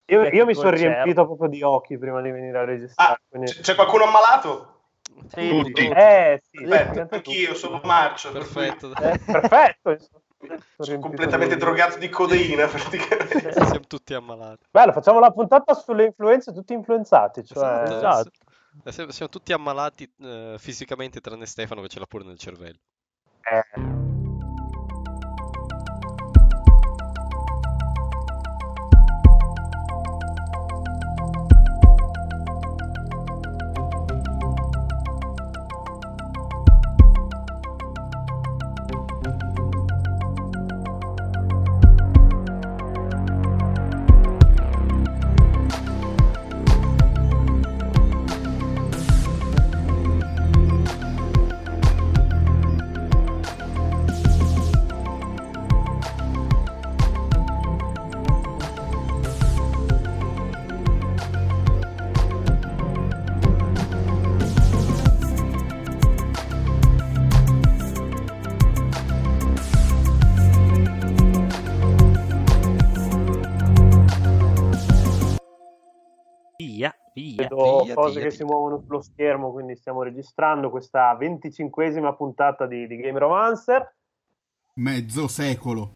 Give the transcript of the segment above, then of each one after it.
Io mi sono riempito proprio di occhi prima di venire a registrare. Quindi... C'è qualcuno ammalato? Sì, Tutti. Sì. Perfetto, anch'io sono marcio. Perfetto. Perfetto. Sono completamente drogato di codeina praticamente. Siamo tutti ammalati. Bello, facciamo la puntata sulle influenze, tutti influenzati. Cioè... Esatto. Siamo tutti ammalati fisicamente, tranne Stefano che ce l'ha pure nel cervello. Vedo cose che si muovono sullo schermo, quindi stiamo registrando questa 25esima puntata di Game Romancer. Mezzo secolo.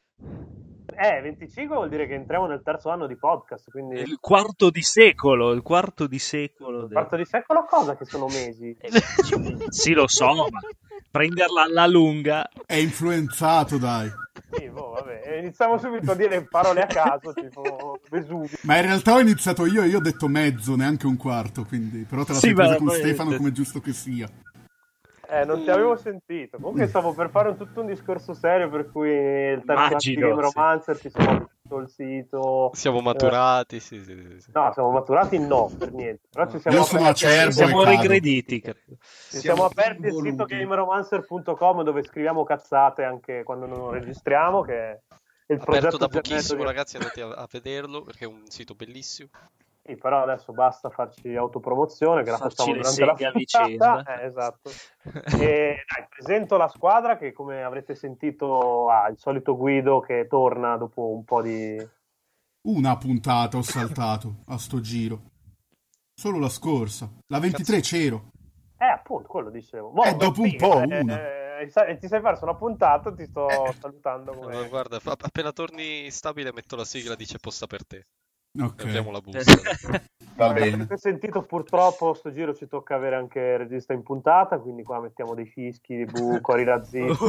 25 vuol dire che entriamo nel terzo anno di podcast, quindi... Il quarto di secolo. Il quarto di secolo cosa? Che sono mesi? Sì, lo so, ma prenderla alla lunga... È influenzato, dai. Sì, vabbè. Iniziamo subito a dire parole a caso, tipo Vesuvio. Ma in realtà ho iniziato io ho detto mezzo, neanche un quarto, quindi... Però te la sei presa con Stefano come giusto che sia. Non ti avevo sentito. Comunque stavo per fare tutto un discorso serio, per cui il terzo anno di Game Romancer ci siamo aperto il sito. Siamo maturati, sì. No, siamo maturati no, per niente. Però ci siamo Io sono acerbo. Siamo regrediti. Ci siamo aperti il sito gameromancer.com dove scriviamo cazzate anche quando non registriamo, che è il progetto da pochissimo, ragazzi, andate a vederlo perché è un sito bellissimo. Sì, però adesso basta farci autopromozione, che la facciamo durante la puntata. Esatto. E dai, presento la squadra che, come avrete sentito, ha il solito Guido che torna dopo un po' di... Una puntata ho saltato a sto giro. Solo la scorsa. La 23 c'ero. Appunto, quello dicevo. Dopo un po', una. Ti sei perso una puntata, ti sto salutando. Come... Guarda, appena torni stabile metto la sigla di C'è posta per te. Ok. Apriamo la busta. Va bene. Avete sentito, purtroppo sto giro ci tocca avere anche il regista in puntata, quindi qua mettiamo dei fischi, cori razzisti,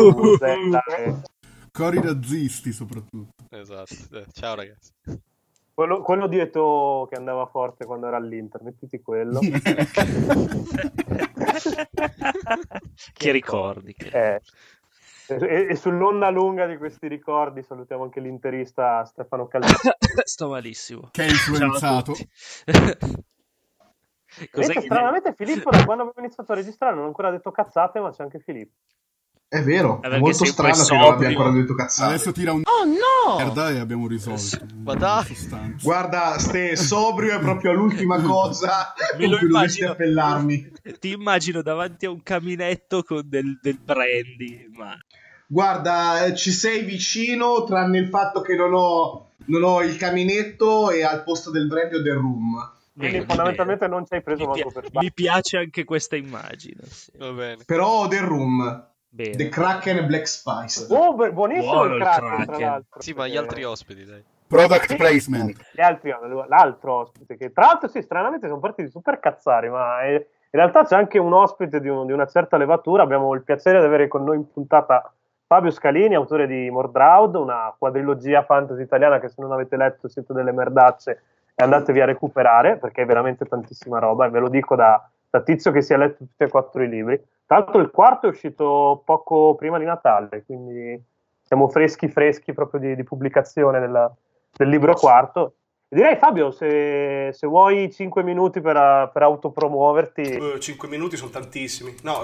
cori razzisti soprattutto. Esatto. Ciao ragazzi. Quello di Eto'o che andava forte quando era all'Inter, mettiti quello. Che ricordi. E sull'onda lunga di questi ricordi salutiamo anche l'interista Stefano Calvino. Sto malissimo. Che è influenzato. Stranamente Filippo, da quando abbiamo iniziato a registrare, non ho ancora detto cazzate, ma c'è anche Filippo. È vero, è molto strano che non abbia ancora detto cazzate. Adesso tira un merda e abbiamo risolto. Ma dai. Guarda, sobrio è proprio l'ultima cosa Me lo con cui dovresti immagino. appellarmi. Ti immagino davanti a un caminetto con del brandy, ma... Guarda, ci sei vicino, tranne il fatto che non ho il caminetto e al posto del brandy ho del rum. Quindi fondamentalmente non ci hai preso manco per sbaglio. Mi piace anche questa immagine. Sì. Va bene. Però ho del rum. Bene. The Kraken Black Spice. Buonissimo. Buono il il Kraken, Kraken. tra l'altro. Sì, ma gli altri ospiti, dai. Product placement. L'altro ospite, che tra l'altro sì, stranamente sono partiti super cazzari, ma in realtà c'è anche un ospite di una certa levatura. Abbiamo il piacere di avere con noi in puntata Fabio Scalini, autore di Mordraud, una quadrilogia fantasy italiana che, se non avete letto, siete delle merdacce e andatevi a recuperare, perché è veramente tantissima roba, e ve lo dico da tizio che si è letto tutti e 4 i libri. Tra l'altro il quarto è uscito poco prima di Natale, quindi siamo freschi proprio di pubblicazione del libro quarto. E direi, Fabio, se vuoi 5 minuti per autopromuoverti. 5 minuti sono tantissimi. No,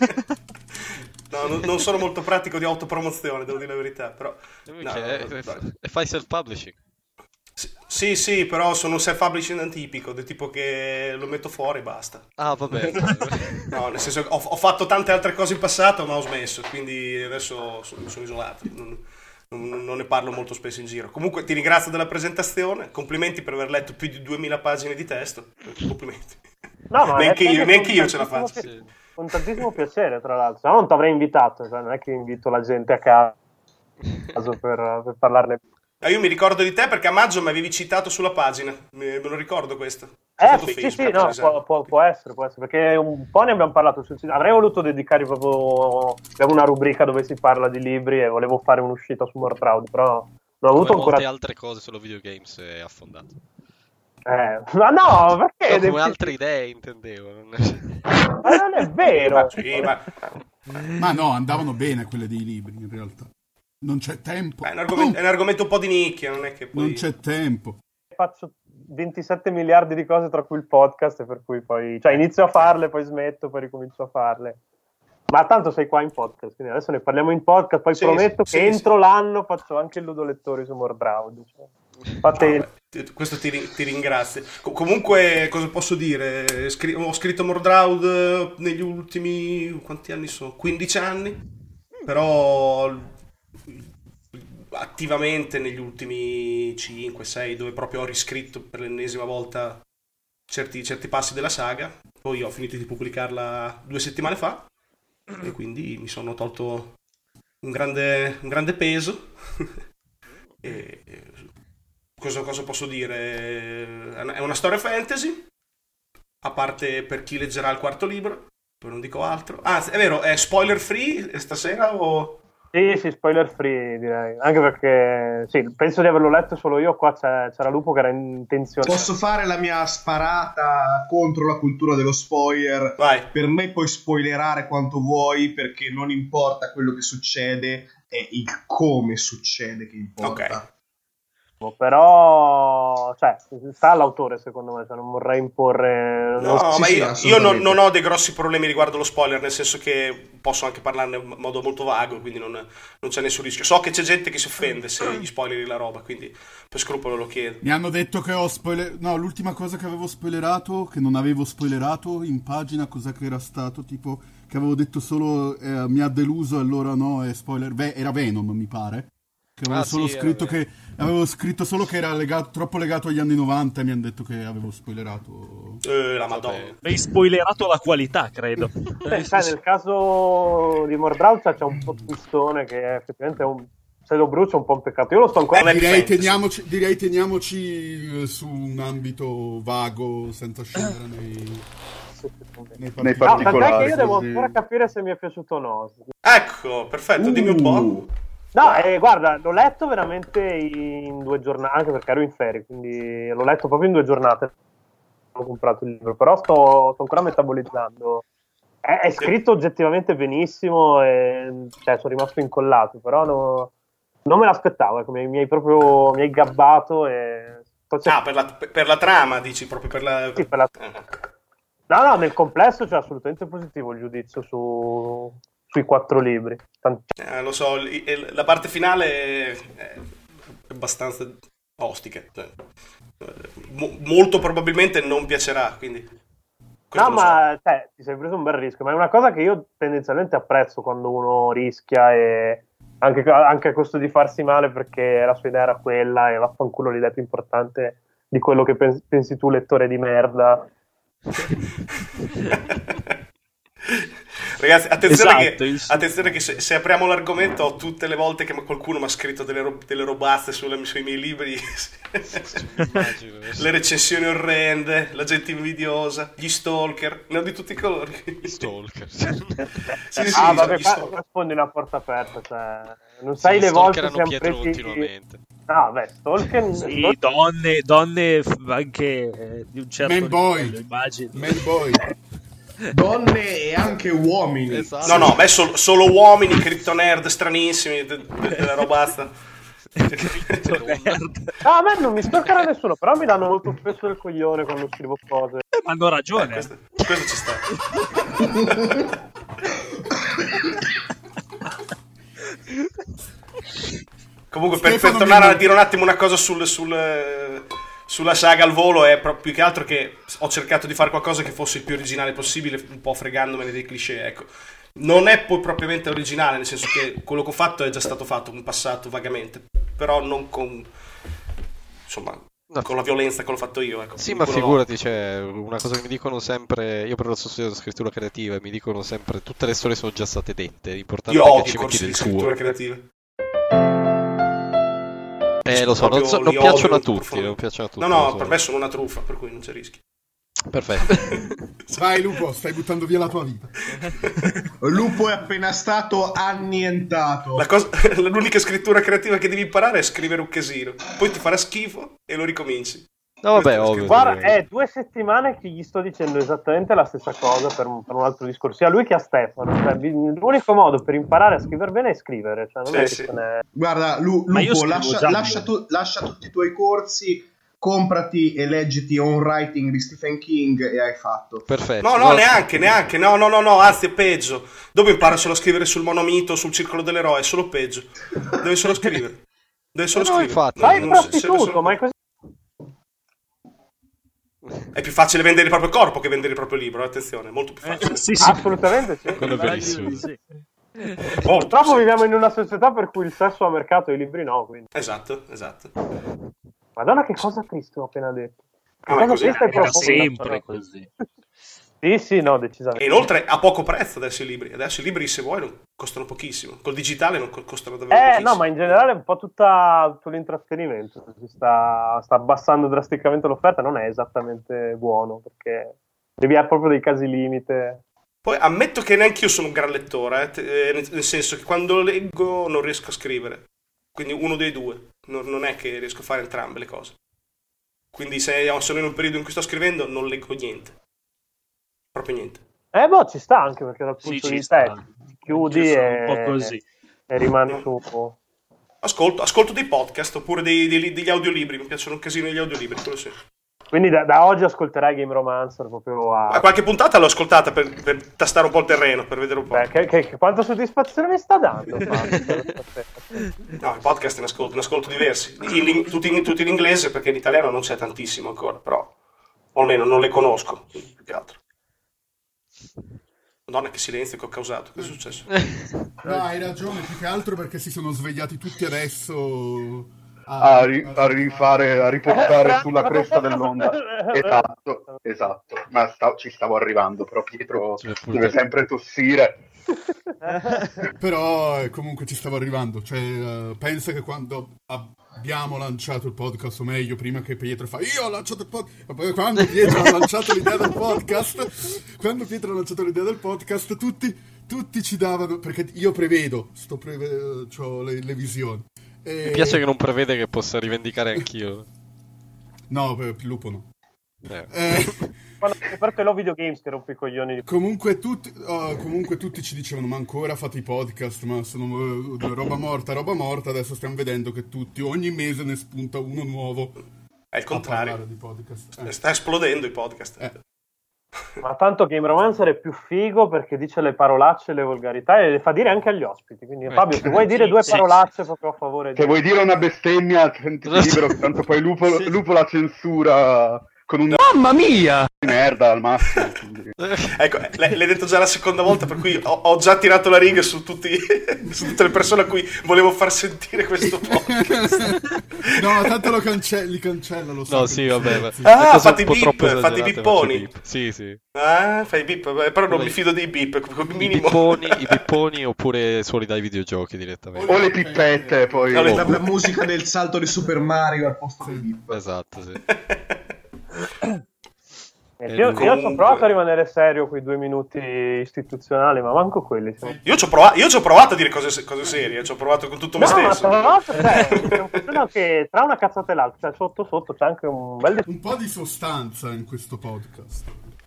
non sono molto pratico di autopromozione, devo dire la verità, però e fai self-publishing. Sì, però sono un self-publishing atipico, del tipo che lo metto fuori e basta. Ah, vabbè. No, nel senso che ho fatto tante altre cose in passato, ma ho smesso, quindi adesso sono isolato. non ne parlo molto spesso in giro. Comunque ti ringrazio della presentazione, complimenti per aver letto più di 2000 pagine di testo, complimenti. No, ma neanche io ce la faccio. Con tantissimo piacere, tra l'altro, se no non ti avrei invitato, cioè non è che invito la gente a caso per parlarne. Io mi ricordo di te perché a maggio mi avevi citato sulla pagina, me lo ricordo questo. Sì, no, può essere, perché un po' ne abbiamo parlato sul sito. Avrei voluto dedicare proprio, abbiamo una rubrica dove si parla di libri e volevo fare un'uscita su Mordroud, però non ho avuto ancora molte altre cose solo videogames è affondato. Ma no, perché? Come altre idee intendevo. Ma non è vero. Ma no, andavano bene quelle dei libri in realtà. Non c'è tempo. È un argomento un po' di nicchia, non è che poi... Non c'è tempo. Faccio 27 miliardi di cose tra cui il podcast, per cui poi... Cioè inizio a farle, poi smetto, poi ricomincio a farle. Ma tanto sei qua in podcast, quindi adesso ne parliamo in podcast, poi prometto che entro l'anno faccio anche il ludolettori su Mordroud. Questo ti ringrazio. Comunque, cosa posso dire? Ho scritto Mordroud negli ultimi... quanti anni sono? 15 anni? Però... attivamente negli ultimi 5-6, dove proprio ho riscritto per l'ennesima volta certi passi della saga. Poi ho finito di pubblicarla 2 settimane fa e quindi mi sono tolto un grande peso. Cosa posso dire? È una storia fantasy, a parte per chi leggerà il 4º libro, poi non dico altro. Ah, è vero, è spoiler free stasera o... Sì, spoiler free direi, anche perché sì, penso di averlo letto solo io, qua c'era Lupo che era intenzionato. Posso fare la mia sparata contro la cultura dello spoiler? Vai. Per me puoi spoilerare quanto vuoi, perché non importa quello che succede, è il come succede che importa. Okay. Però cioè sta all'autore, secondo me, cioè, non vorrei imporre. Ma io non ho dei grossi problemi riguardo lo spoiler, nel senso che posso anche parlarne in modo molto vago, quindi non c'è nessun rischio. So che c'è gente che si offende se gli spoileri la roba, quindi per scrupolo lo chiedo. Mi hanno detto che ho spoilerato. No, l'ultima cosa che avevo spoilerato, che non avevo spoilerato in pagina, cosa che era stato, tipo che avevo detto solo mi ha deluso, allora no, è spoiler. Era Venom, mi pare. Che avevo scritto solo che era troppo legato agli anni 90 e mi hanno detto che avevo spoilerato. La Madonna. Hai spoilerato la qualità, credo. Nel caso di Mordroud c'è un po' twistone che effettivamente se lo brucia è un po' un peccato. Io lo sto ancora direi teniamoci su un ambito vago senza scendere nei particolari. No, tant'è che io devo ancora capire se mi è piaciuto o no. Ecco, perfetto, dimmi un po'. No, guarda, l'ho letto veramente in 2 giornate, anche perché ero in ferie, quindi l'ho letto proprio in 2 giornate. Ho comprato il libro, però sto ancora metabolizzando. È scritto oggettivamente benissimo e cioè, sono rimasto incollato, però non me l'aspettavo, ecco, mi hai gabbato e... per la trama, dici, proprio per la... Sì, per la... No, nel complesso c'è assolutamente positivo il giudizio sui 4 libri. Lo so, la parte finale è abbastanza ostica, cioè, molto probabilmente non piacerà, quindi ti sei preso un bel rischio, ma è una cosa che io tendenzialmente apprezzo quando uno rischia, e anche a costo di farsi male, perché la sua idea era quella e vaffanculo l'idea più importante di quello che pensi tu, lettore di merda. Ragazzi, attenzione che se apriamo l'argomento, ho tutte le volte che qualcuno mi ha scritto delle robazze sui miei libri, le recensioni orrende, la gente invidiosa, gli stalker, ne ho di tutti i colori. Stalker. Vabbè, rispondi una porta aperta, cioè, non sai le volte che siamo presi continuamente. Stalker. Sì, donne anche di un certo livello, immagino. Manboy. Donne e anche uomini. Esatto. No, solo uomini, criptonerd stranissimi, della robazza. A me non mi stalkerà nessuno, però mi danno molto spesso del coglione quando scrivo cose. Ma hanno ragione. Questo ci sta. Comunque, per tornare a dire un attimo una cosa sulla saga al volo, è proprio più che altro che ho cercato di fare qualcosa che fosse il più originale possibile, un po' fregandomene dei cliché, ecco. Non è poi propriamente originale, nel senso che quello che ho fatto è già stato fatto in passato vagamente, però non con, insomma, con la violenza che l'ho fatto io. Ecco. Sì, ma figurati, cioè, una cosa che mi dicono sempre, io però sto studiando scrittura creativa e mi dicono sempre tutte le storie sono già state dette, l'importante Io è che odio ci i metti corsi del di tuo. scrittura creativa. Lo so, non Li piacciono a odio tutti, non piacciono a tutti. No, lo so. per me sono una truffa, per cui non c'è rischio. Perfetto. Vai Lupo, stai buttando via la tua vita. Lupo è appena stato annientato. L'unica scrittura creativa che devi imparare è scrivere un casino, poi ti farà schifo e lo ricominci. No, vabbè, Questo è ovvio. Guarda, è 2 settimane che gli sto dicendo esattamente la stessa cosa per un altro discorso, sia a lui che a Stefano. Cioè, l'unico modo per imparare a scrivere bene è scrivere. Cioè, non è che Sì. se ne... Guarda, Ma io Lupo, scrivo già lascia tutti i tuoi corsi, comprati e leggiti On Writing di Stephen King e hai fatto. Perfetto. No, neanche, no, anzi è peggio. Dove impara solo a scrivere sul monomito, sul circolo dell'eroe, è solo peggio. Deve solo scrivere. infatti. Fai il Non serve prostituto, solo- ma è così. È più facile vendere il proprio corpo che vendere il proprio libro, attenzione, è molto più facile. Sì, Assolutamente sì. Quello è verissimo. Sì. Purtroppo viviamo in una società per cui il sesso ha mercato e i libri no, quindi. Esatto. Madonna, che cosa triste ho appena detto. Che Ma è cosa così. triste e Era profonda. sempre così. Sì, no, decisamente. E inoltre a poco prezzo adesso i libri. Adesso i libri, se vuoi, non costano pochissimo. Col digitale non costano davvero pochissimo. No, ma in generale un po' tutto l'intrattenimento si sta abbassando drasticamente l'offerta, non è esattamente buono, perché devi avere proprio dei casi limite. Poi ammetto che neanche io sono un gran lettore, nel senso che quando leggo non riesco a scrivere. Quindi uno dei due. Non è che riesco a fare entrambe le cose. Quindi se sono in un periodo in cui sto scrivendo non leggo niente. Proprio niente. Ci sta anche, perché dal punto Ci di sta. vista ti chiudi Io sono e, un po' così. e rimani su. Ascolto dei podcast oppure degli audiolibri. Mi piacciono un casino gli audiolibri, quello sì. Quindi da oggi ascolterai Game Romancer proprio a... Ma qualche puntata l'ho ascoltata per tastare un po' il terreno, per vedere un po'. Beh, che quanta soddisfazione mi sta dando? No, i podcast ne ascolto diversi. Tutti in inglese, perché in italiano non c'è tantissimo ancora, però o almeno non le conosco, più che altro. Madonna, che silenzio che ho causato. Che è successo? No, hai ragione, più che altro perché si sono svegliati tutti adesso a riportare sulla cresta dell'onda. Esatto. Ma ci stavo arrivando, però Pietro deve sempre tossire. Però comunque ci stavo arrivando, cioè pensa che quando abbiamo lanciato il podcast, o meglio prima che Pietro fa io ho lanciato il podcast, quando Pietro ha lanciato l'idea del podcast tutti ci davano, perché io prevedo c'ho le visioni. Mi piace che non prevede che possa rivendicare anch'io. No, Lupo no. Quando ho aperto l'ho videogames che rompo i coglioni di... Comunque tutti ci dicevano ma ancora fate i podcast, ma sono roba morta, adesso stiamo vedendo che ogni mese ne spunta uno nuovo. È il contrario. Di podcast. Sta esplodendo i podcast. Ma tanto Game Romancer è più figo perché dice le parolacce e le volgarità e le fa dire anche agli ospiti. Quindi Fabio, se vuoi dire due parolacce proprio a favore di... Se vuoi dire una bestemmia, sentiti libero, che tanto poi Lupo la censura con un... Mamma mia! di merda al massimo. Ecco, l'hai detto già la seconda volta, per cui ho già tirato la riga su tutte le persone a cui volevo far sentire questo podcast. No, tanto li cancella, lo so. No, sì, vabbè. Fate i beep, fate i bipponi. Sì. Fai i beep, però non mi fido dei beep, come minimo. I bipponi oppure suoni dai videogiochi direttamente. O le pippette, poi... No, La musica del salto di Super Mario al posto dei beep. Esatto, sì. Io ci ho provato a rimanere serio quei 2 minuti istituzionali, ma manco quelli. Io ci ho provato a dire cose serie, ci ho provato con tutto me stesso. Ma tra l'altro c'è che tra una cazzata e l'altra, cioè sotto c'è anche un bel... Un po' di sostanza in questo podcast.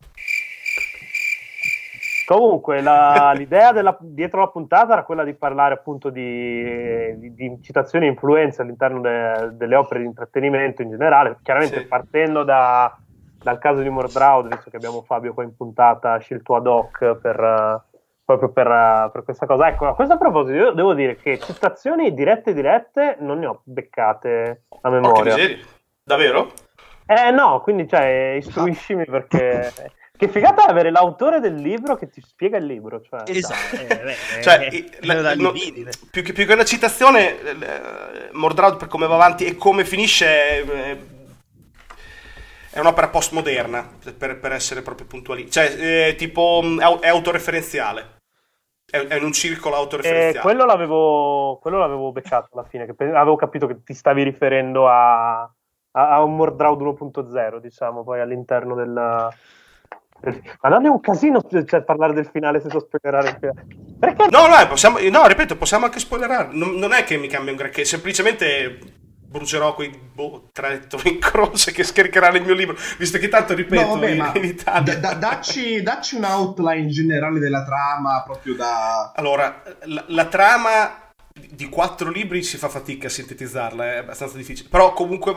Comunque l'idea dietro la puntata era quella di parlare appunto di citazioni e influenze all'interno delle opere di intrattenimento in generale, chiaramente Sì. partendo dal caso di Mordroud, visto che abbiamo Fabio qua in puntata scelto ad hoc proprio per questa cosa. Ecco, a questo proposito io devo dire che citazioni dirette non ne ho beccate a Porca memoria. miseria. Davvero? No, quindi istruiscimi perché Che figata avere l'autore del libro che ti spiega il libro, cioè. Esatto. Cioè, più che una citazione, Mordraud, per come va avanti e come finisce, è un'opera postmoderna, per essere proprio puntuali. Cioè, tipo, è autoreferenziale. È in un circolo autoreferenziale. Quello l'avevo beccato alla fine, che avevo capito che ti stavi riferendo a un Mordraud 1.0, diciamo, poi all'interno del... Ma non è un casino, cioè, parlare del finale senza spoilerare il finale. Perché? No, ripeto, possiamo anche spoilerare. Non è che mi cambia un granché, semplicemente brucerò quei 3 lettori in croce che scaricheranno il mio libro, visto che tanto, ripeto, in Italia... Dacci un outline generale della trama, proprio da... Allora, la trama di 4 libri si fa fatica a sintetizzarla, è abbastanza difficile. Però comunque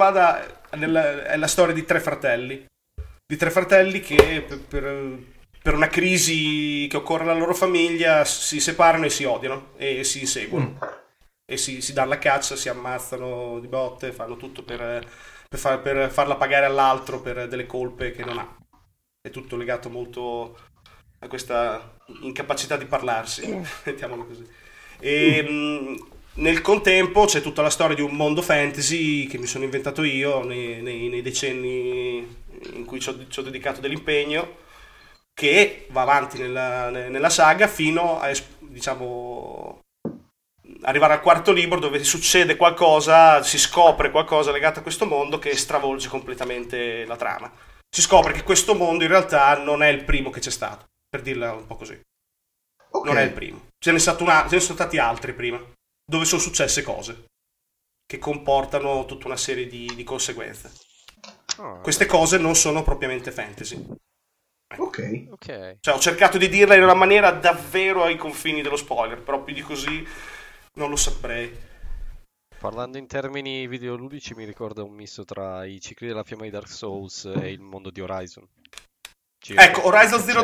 è la storia di 3 fratelli. Di 3 fratelli che per una crisi che occorre alla loro famiglia si separano e si odiano e si inseguono e si danno la caccia, si ammazzano di botte, fanno tutto per farla pagare all'altro per delle colpe che non ha. È tutto legato molto a questa incapacità di parlarsi, mettiamolo così. E nel contempo c'è tutta la storia di un mondo fantasy che mi sono inventato io nei decenni in cui ci ho dedicato dell'impegno, che va avanti nella saga fino a, diciamo, arrivare al 4º libro, dove succede qualcosa, si scopre qualcosa legato a questo mondo che stravolge completamente la trama. Si scopre che questo mondo in realtà non è il primo che c'è stato, per dirla un po' così. Okay. Non è il primo. Ce ne sono stati altri prima, dove sono successe cose che comportano tutta una serie di conseguenze. Queste cose non sono propriamente fantasy. Ok. Cioè, ho cercato di dirla in una maniera davvero ai confini dello spoiler, però più di così non lo saprei. Parlando in termini videoludici, mi ricorda un misto tra i cicli della fiamma di Dark Souls e il mondo di Horizon. Ecco, Horizon Zero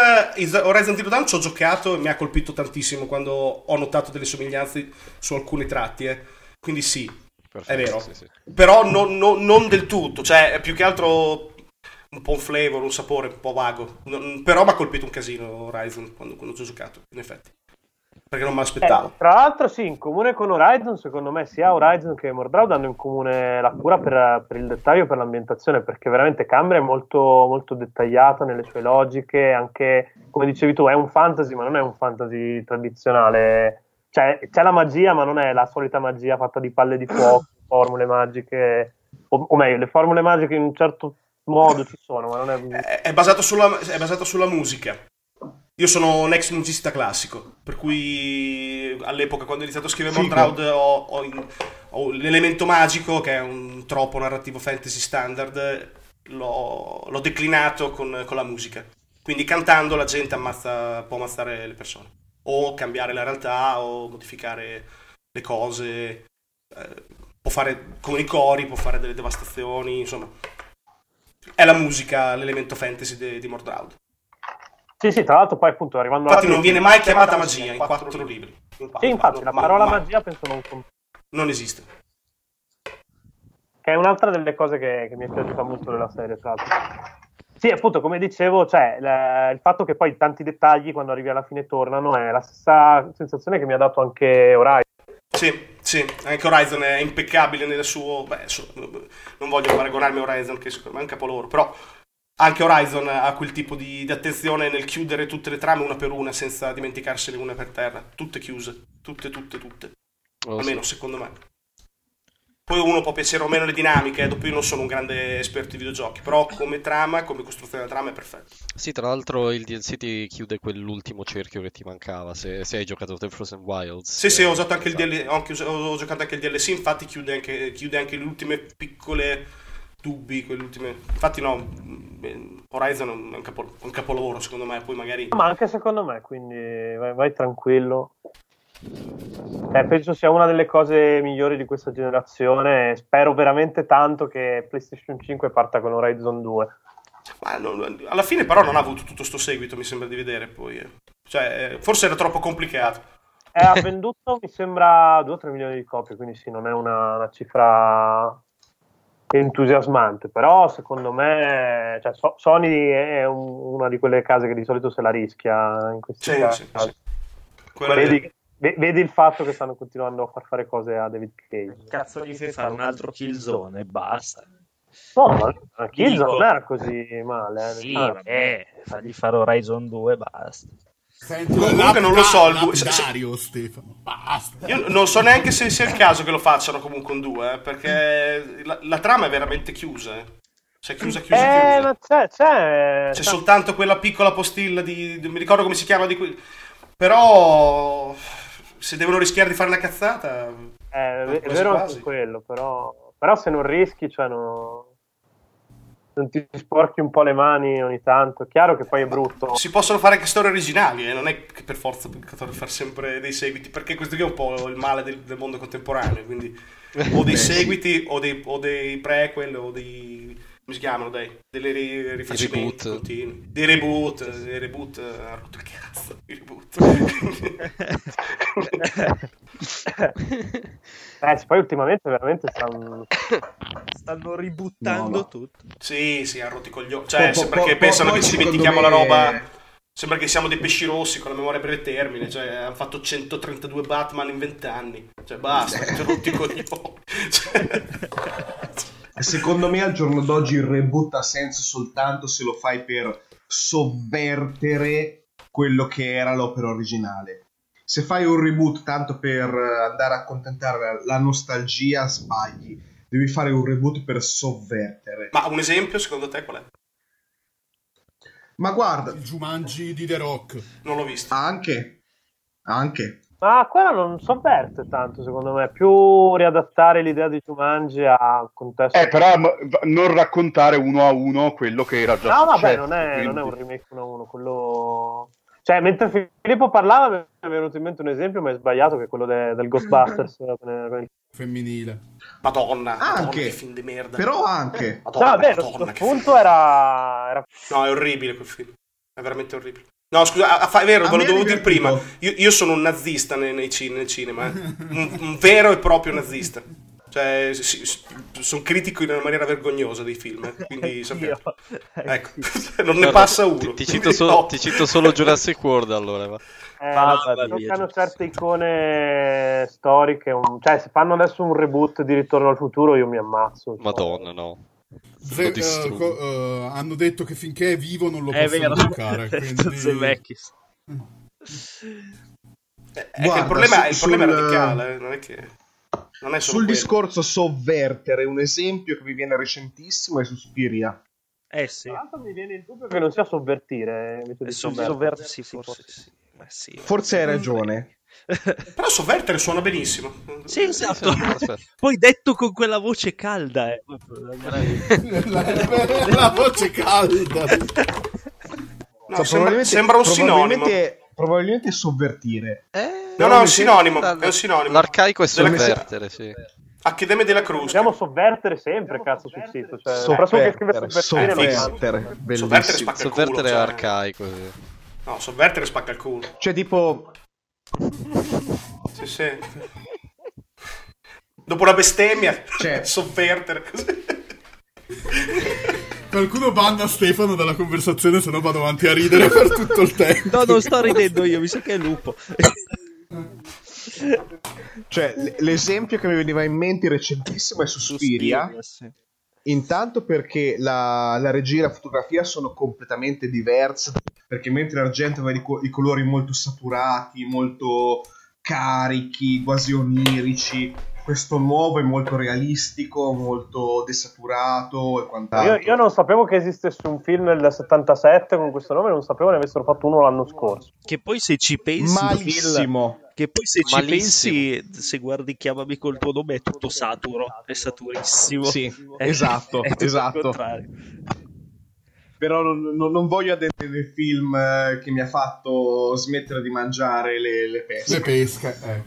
Dawn ci ho giocato e mi ha colpito tantissimo quando ho notato delle somiglianze su alcuni tratti, quindi sì. Perfetto, è vero, sì. Però non del tutto, cioè è più che altro un po' un flavor, un sapore un po' vago, però mi ha colpito un casino Horizon quando ci ho giocato, in effetti, perché non me l'aspettavo. Tra l'altro sì, in comune con Horizon, secondo me sia Horizon che Mordraud hanno in comune la cura per il dettaglio, per l'ambientazione, perché veramente Cambria è molto, molto dettagliata nelle sue logiche, anche come dicevi tu è un fantasy, ma non è un fantasy tradizionale. Cioè, c'è la magia, ma non è la solita magia fatta di palle di fuoco, formule magiche, o meglio, le formule magiche in un certo modo ci sono, ma non è... È basato sulla musica. Io sono un ex musicista classico, per cui all'epoca, quando ho iniziato a scrivere Mordraud, ho l'elemento magico, che è un troppo narrativo fantasy standard, l'ho declinato con la musica. Quindi cantando la gente può ammazzare le persone. O cambiare la realtà, o modificare le cose, può fare come i cori, può fare delle devastazioni, insomma. È la musica l'elemento fantasy di Mordraud. Sì, tra l'altro poi appunto arrivando infatti non viene mai chiamata magia in 4 libri. Sì, infatti la parola magia penso non esiste. Che è un'altra delle cose che mi è piaciuta molto della serie, tra l'altro. Sì, appunto, come dicevo, cioè, il fatto che poi tanti dettagli quando arrivi alla fine tornano è la stessa sensazione che mi ha dato anche Horizon. Sì, anche Horizon è impeccabile nel suo... non voglio paragonarmi a Horizon, che secondo me è un capolavoro, però anche Horizon ha quel tipo di attenzione nel chiudere tutte le trame una per una, senza dimenticarsene una per terra. Tutte chiuse, tutte. Almeno secondo me. Poi uno può piacere o meno le dinamiche, dopo io non sono un grande esperto di videogiochi, però come trama, come costruzione della trama è perfetto. Sì, tra l'altro il DLC ti chiude quell'ultimo cerchio che ti mancava, se hai giocato The Frozen Wilds. Sì, ho usato anche il DLC, ho giocato anche il DLC, infatti chiude anche le ultime piccole dubbi, quelle ultime... Infatti no, Horizon è un capolavoro secondo me, poi magari... Ma anche secondo me, quindi vai tranquillo. Penso sia una delle cose migliori di questa generazione. Spero veramente tanto che PlayStation 5 parta con Horizon 2. Ma alla fine però non ha avuto tutto sto seguito, mi sembra di vedere poi. Cioè, forse era troppo complicato. Ha venduto, mi sembra, 2 o 3 milioni di copie, quindi sì, non è una cifra entusiasmante, però secondo me cioè, Sony è una di quelle case che di solito se la rischia in questi casi. Sì. Vedi il fatto che stanno continuando a far fare cose a David Cage. Cazzo gli fai fare un altro Killzone e basta. No, ma Killzone non era così male. Sì, fagli fare Horizon 2 e basta. Senti, Comunque non lo so, Dario, Stefano, basta. Io non so neanche se sia il caso che lo facciano comunque un 2, perché la trama è veramente chiusa. Cioè chiusa. Ma c'è soltanto quella piccola postilla di mi ricordo come si chiama di qui. Però se devono rischiare di fare una cazzata è vero anche quello, però se non rischi, cioè non ti sporchi un po' le mani ogni tanto, chiaro che poi è brutto. Si possono fare anche storie originali, non è che per forza fare sempre dei seguiti, perché questo qui è un po' il male del mondo contemporaneo, quindi o dei seguiti o dei prequel o dei come si chiamano, delle rifacimenti continui, dei reboot ha rotto il cazzo, i reboot. Poi ultimamente veramente stanno ributtando tutto. Sì, ha rotto i coglioni. Cioè, sembra che pensano che ci dimentichiamo la roba. Sembra che siamo dei pesci rossi con la memoria a breve termine. Cioè, hanno fatto 132 Batman in 20 anni. Cioè, basta, ti ho rotto i coglioni. Secondo me al giorno d'oggi il reboot ha senso soltanto se lo fai per sovvertere quello che era l'opera originale. Se fai un reboot tanto per andare a accontentare la nostalgia, sbagli. Devi fare un reboot per sovvertere. Ma un esempio secondo te qual è? Ma guarda, il Jumanji di The Rock. Non l'ho visto. Anche. Ma quella non sovverte tanto, secondo me, più riadattare l'idea di Jumanji a contesto. Però non raccontare uno a uno quello che era già successo. Vabbè, non è un remake uno a uno, quello. Cioè, mentre Filippo parlava mi è venuto in mente un esempio, ma è sbagliato, che è quello del Ghostbusters femminile. Madonna, anche che film di merda. Però anche. Madonna, il punto era. No, è orribile quel film. È veramente orribile. No, scusa, è vero, ve l'ho dovuto dire prima. Io sono un nazista nel cinema. Un vero e proprio nazista. Cioè, sono critico in una maniera vergognosa dei film, quindi sappiate. Ecco, non ne passa uno. Ti cito solo Jurassic World, allora. Toccano certe icone storiche. Cioè, se fanno adesso un reboot di Ritorno al futuro, io mi ammazzo. Madonna, no. Hanno detto che finché è vivo non lo possono toccare. Zemeckis. Il problema è radicale, non è che. Non è solo sul discorso sovvertere, un esempio che mi viene recentissimo è Suspiria. Sì. Tra l'altro mi viene il dubbio che non sia sovvertire, invece di sovvertere. Sì, forse sì. Forse hai ragione. Però sovvertere suona benissimo. Sì, esatto. Poi detto con quella voce calda. La voce calda. No, sembra un sinonimo. Probabilmente sovvertire. No, è un sinonimo. L'arcaico è sovvertere, sì. Accademia della Cruz. Dobbiamo sovvertere sempre, cazzo, sul sito. Cioè, sovvertere. Sovvertere è arcaico. Sì. No, sovvertere spacca il culo. Cioè, tipo. Sì. Dopo una bestemmia, cioè. Sovvertere così. Qualcuno banna Stefano dalla conversazione, se no vado avanti a ridere per tutto il tempo. No, non sto ridendo io, mi sa che è lupo. Cioè, l'esempio che mi veniva in mente recentissimo è Suspiria. Sì. Intanto perché la regia e la fotografia sono completamente diverse, perché mentre Argento aveva i colori molto saturati, molto carichi, quasi onirici, questo nuovo è molto realistico, molto desaturato e quant'altro. Io non sapevo che esistesse un film del 77 con questo nome, non sapevo ne avessero fatto uno l'anno scorso. Che poi se ci pensi malissimo. Che poi se ci pensi, se guardi Chiamami col tuo nome, è tutto saturo, è saturissimo. Sì, esatto. Però non voglio aderire nel film che mi ha fatto smettere di mangiare le pesche. Le pesche,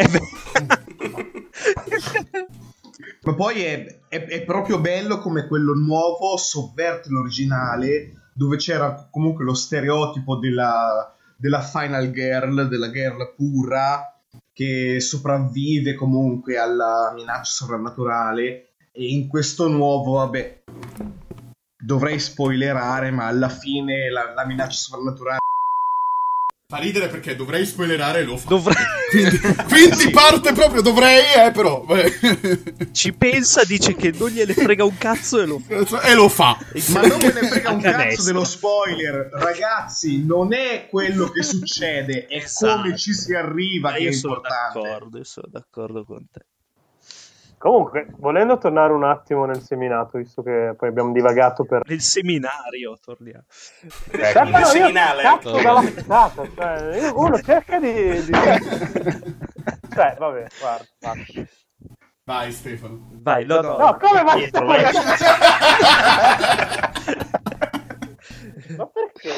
Ma poi è proprio bello come quello nuovo sovverte l'originale, dove c'era comunque lo stereotipo della final girl, della girl pura, che sopravvive comunque alla minaccia sovrannaturale, E in questo nuovo, vabbè, dovrei spoilerare, ma alla fine la minaccia sovrannaturale... Fa ridere perché dovrei spoilerare e lo fa. Quindi sì. Parte proprio dovrei, però. Ci pensa, dice che non gliene frega un cazzo e lo fa. E lo fa. Ma non me ne frega un cazzo Canestro. dello spoiler, ragazzi, non è quello che succede, è Esatto. come ci si arriva che è Io sono importante. d'accordo con te. Comunque, volendo tornare un attimo nel seminato, visto che poi abbiamo divagato per... Nel seminario torniamo. Il seminale. Cazzo dalla puntata, cioè, uno cerca di... Cioè, vabbè, guarda. Vai Stefano. Vai, no, No, come vai? Pietro, Ma perché?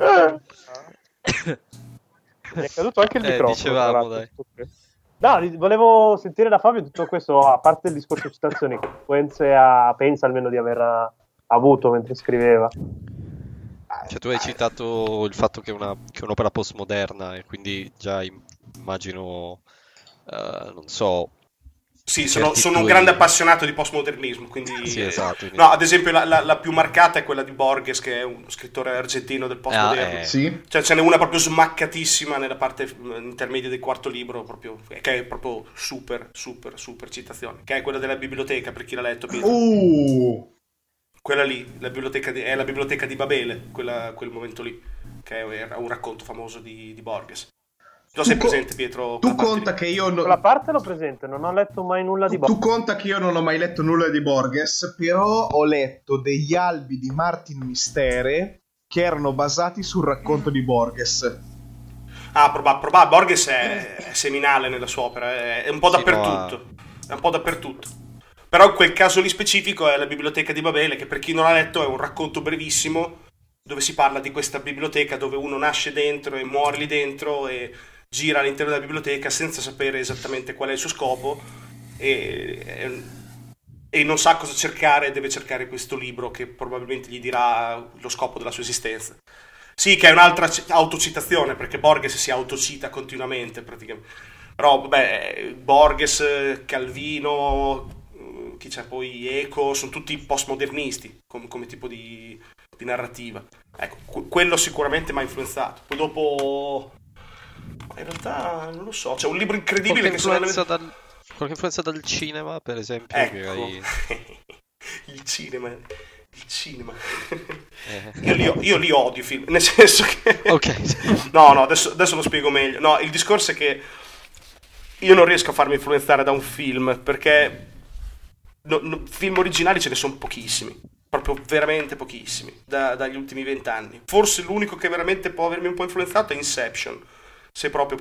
Mi è caduto anche il microfono. Dicevamo, dai. No, volevo sentire da Fabio tutto questo, a parte il discorso citazioni, che influenze pensa almeno di aver avuto mentre scriveva. Cioè, tu hai citato il fatto che è un'opera postmoderna e quindi già immagino, non so... Sì, sono un grande appassionato di postmodernismo, quindi... Sì, esatto. No, ad esempio la più marcata è quella di Borges, che è uno scrittore argentino del postmoderno. Sì. Cioè ce n'è una proprio smaccatissima nella parte intermedia del quarto libro, proprio, che è proprio super citazione, che è quella della biblioteca, per chi l'ha letto. Quella lì, è la biblioteca di Babele, quel momento lì, che è un racconto famoso di Borges. Tu sei presente, Pietro? Tu conta che io Quella parte l'ho presente, non ho letto mai nulla di Tu Borges. conta che io non ho mai letto nulla di Borges, però ho letto degli albi di Martin Mistere che erano basati sul racconto di Borges. Borges è seminale nella sua opera, è un po' dappertutto. È un po' dappertutto. Però in quel caso lì specifico è la biblioteca di Babele, che per chi non l'ha letto è un racconto brevissimo dove si parla di questa biblioteca dove uno nasce dentro e muore lì dentro e gira all'interno della biblioteca senza sapere esattamente qual è il suo scopo e non sa cosa cercare, deve cercare questo libro che probabilmente gli dirà lo scopo della sua esistenza. Sì, che è un'altra autocitazione, perché Borges si autocita continuamente praticamente. Però vabbè, Borges, Calvino, chi c'è poi, Eco, sono tutti postmodernisti come tipo di narrativa. Ecco, quello sicuramente mi ha influenzato. Poi dopo, in realtà non lo so, c'è un libro incredibile qualche influenza dal cinema, per esempio, ecco. che hai... il cinema io li odio i film, nel senso che ok. no adesso lo spiego meglio. No, il discorso è che io non riesco a farmi influenzare da un film, perché film originali ce ne sono pochissimi, proprio veramente pochissimi dagli ultimi 20 anni. Forse l'unico che veramente può avermi un po' influenzato è Inception, se proprio.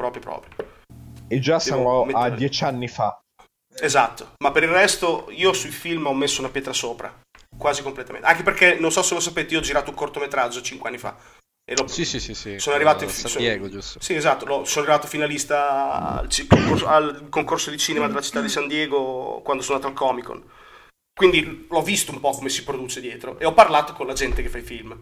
E già siamo a 10 anni fa. Esatto, ma per il resto io sui film ho messo una pietra sopra, quasi completamente. Anche perché, non so se lo sapete, io ho girato un cortometraggio 5 anni fa. E Sì. Sono arrivato San Diego, giusto? Sì, esatto, sono arrivato finalista al concorso di cinema della città di San Diego quando sono andato al Comic Con. Quindi l'ho visto un po' come si produce dietro e ho parlato con la gente che fa i film.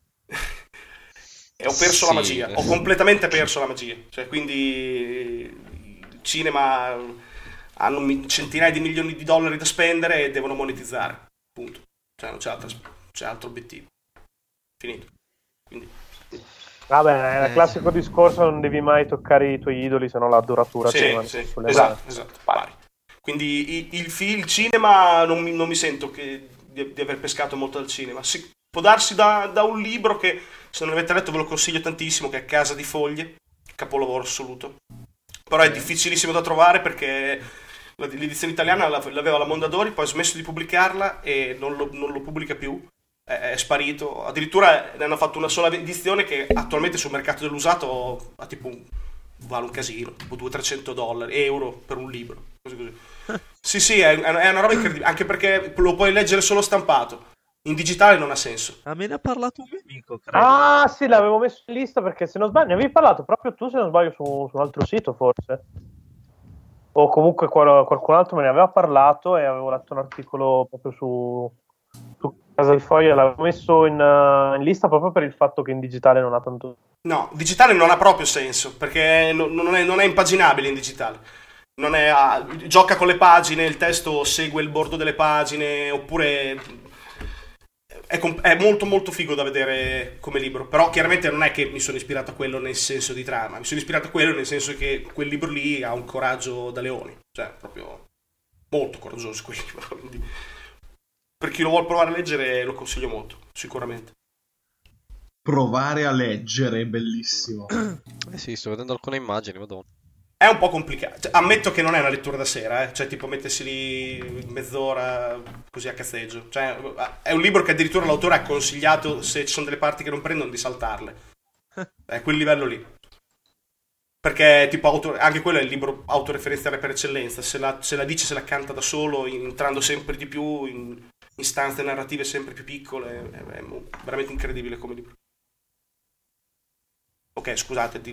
E ho perso la magia, ho completamente perso la magia. Cioè, quindi il cinema hanno centinaia di milioni di dollari da spendere e devono monetizzare, punto. Cioè non c'è altro obiettivo. Finito. Quindi Vabbè, è il classico discorso, non devi mai toccare i tuoi idoli, se no la duratura sì, sulle esatto, pari. Quindi il cinema non mi sento di aver pescato molto dal cinema. Può darsi da un libro che, se non l'avete letto, ve lo consiglio tantissimo, che è Casa di Foglie, capolavoro assoluto. Però è difficilissimo da trovare perché l'edizione italiana l'aveva la Mondadori, poi ha smesso di pubblicarla e non lo pubblica più. È sparito, addirittura ne hanno fatto una sola edizione che attualmente sul mercato dell'usato vale un casino, tipo $200-300 euro per un libro, così. Sì, è una roba incredibile, anche perché lo puoi leggere solo stampato, in digitale non ha senso. A me ne ha parlato un mio amico, credo. Ah sì, l'avevo messo in lista perché, se non sbaglio, ne avevi parlato proprio tu, se non sbaglio, su un altro sito forse, o comunque qualcun altro me ne aveva parlato e avevo letto un articolo proprio su Casa di Foglia, l'avevo messo in lista proprio per il fatto che in digitale non ha tanto... No, digitale non ha proprio senso, perché non è impaginabile in digitale. non è gioca con le pagine, il testo segue il bordo delle pagine, oppure è molto molto figo da vedere come libro. Però chiaramente non è che mi sono ispirato a quello nel senso di trama, mi sono ispirato a quello nel senso che quel libro lì ha un coraggio da leoni, cioè proprio molto coraggioso quel libro, quindi per chi lo vuole provare a leggere lo consiglio molto, sicuramente. Provare a leggere, bellissimo. Sì, sto vedendo alcune immagini, madonna. È un po' complicato, cioè, ammetto che non è una lettura da sera, cioè tipo mettersi lì mezz'ora così a cazzeggio, cioè è un libro che addirittura l'autore ha consigliato, se ci sono delle parti che non prendono, di saltarle, è quel livello lì, perché tipo anche quello è il libro autoreferenziale per eccellenza, se la dice, se la canta da solo, entrando sempre di più in stanze narrative sempre più piccole, è veramente incredibile come libro. Ok, scusate,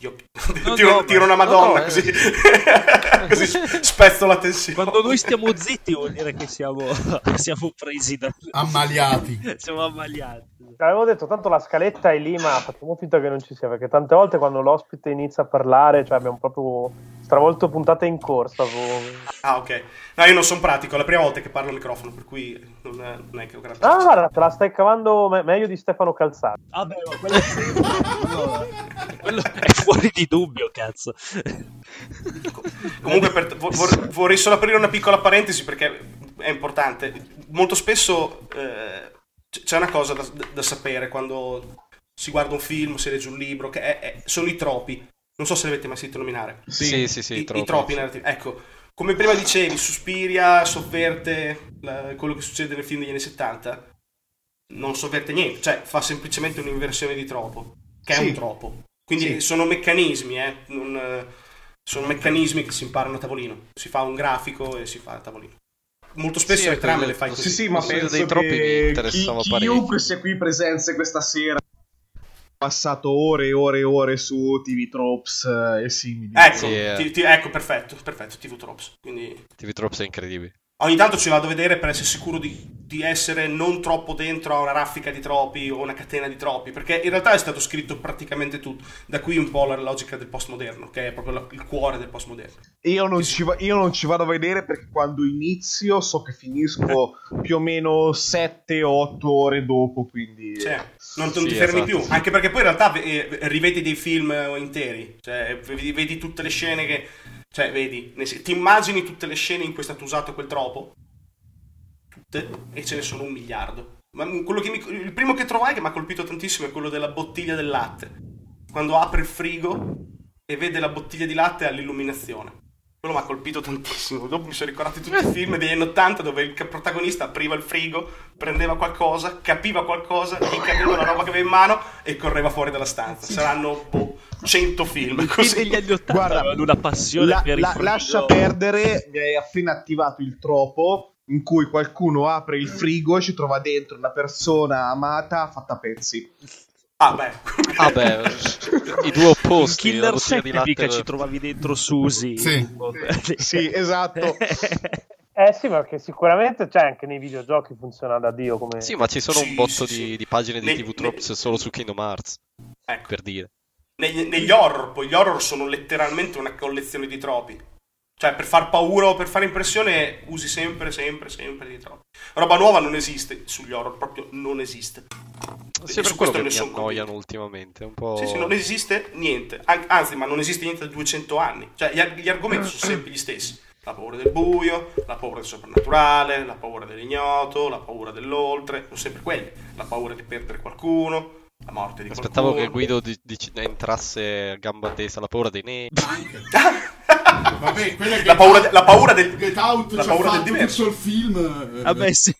tiro una madonna così, così spezzo la tensione. Quando noi stiamo zitti vuol dire che siamo presi da... Ammaliati. Siamo ammaliati. Avevo detto, tanto la scaletta è lì, ma facciamo finta che non ci sia, perché tante volte quando l'ospite inizia a parlare, cioè abbiamo proprio stravolto puntate in corsa. Ah, ok. No, io non sono pratico, è la prima volta che parlo al microfono, per cui non è che ho grande... Ah, guarda, te la stai cavando meglio di Stefano Calzati. Vabbè, ma quello è fuori di dubbio, cazzo. Comunque vorrei solo aprire una piccola parentesi perché è importante. Molto spesso c'è una cosa da sapere quando si guarda un film, si legge un libro, che sono i tropi. Non so se li avete mai sentito nominare. Sì, I tropi narrativi. Ecco, come prima dicevi, Suspiria sovverte quello che succede nel film degli anni 70. Non sovverte niente, cioè fa semplicemente un'inversione di tropo, che è un tropo. Quindi sono meccanismi, sono meccanismi che si imparano a tavolino. Si fa un grafico e si fa a tavolino. Molto spesso le trame le fai così. Sì, ma penso dei troppi mi interessava chiunque sia qui presente questa sera ha passato ore e ore e ore su TV Tropes e simili. Ecco, ecco, perfetto, TV Tropes. Quindi TV Tropes è incredibile. Ogni tanto ci vado a vedere per essere sicuro di essere non troppo dentro a una raffica di tropi o una catena di tropi, perché in realtà è stato scritto praticamente tutto. Da qui un po' la logica del postmoderno, che è proprio il cuore del postmoderno. Io non ci vado a vedere perché quando inizio so che finisco più o meno 7-8 ore dopo, quindi... Cioè, non ti fermi più, anche perché poi in realtà rivedi dei film interi, cioè vedi tutte le scene che... Cioè, vedi, ti immagini tutte le scene in cui è stato usato quel tropo? Tutte? E ce ne sono 1 miliardo. Ma il primo che trovai che mi ha colpito tantissimo è quello della bottiglia del latte. Quando apre il frigo e vede la bottiglia di latte all'illuminazione. Quello mi ha colpito tantissimo. Dopo mi sono ricordato tutti i film degli anni 80 dove il protagonista apriva il frigo, prendeva qualcosa, capiva qualcosa, gli cadeva la roba che aveva in mano e correva fuori dalla stanza. Saranno 100 film così. Negli anni 80 avevano una passione per il frigo. Lascia perdere, mi hai appena attivato il tropo in cui qualcuno apre il frigo e ci trova dentro una persona amata fatta a pezzi. Ah beh, i due opposti. Killer 7 mica ci trovavi dentro Susi. Sì, esatto. Sì, ma che sicuramente c'è anche nei videogiochi, funziona da Dio come... Sì, ma ci sono un botto di pagine di TV Tropes solo su Kingdom Hearts, ecco. Per dire. Negli horror, poi gli horror sono letteralmente una collezione di tropi. Cioè, per far paura o per fare impressione usi sempre dei tropi. Roba nuova non esiste sugli horror, proprio non esiste. Sì, per quello che mi annoiano ultimamente un po'. Sì, non esiste niente. Anzi, ma non esiste niente da 200 anni. Cioè, gli argomenti sono sempre gli stessi. La paura del buio, la paura del soprannaturale, la paura dell'ignoto, la paura dell'oltre, sono sempre quelli. La paura di perdere qualcuno, la morte di Aspettavo qualcuno. che Guido entrasse a gamba tesa, la paura dei neri. Vabbè, quella che la paura del Get Out, la paura del diverso. Tutto il film. Vabbè, sì.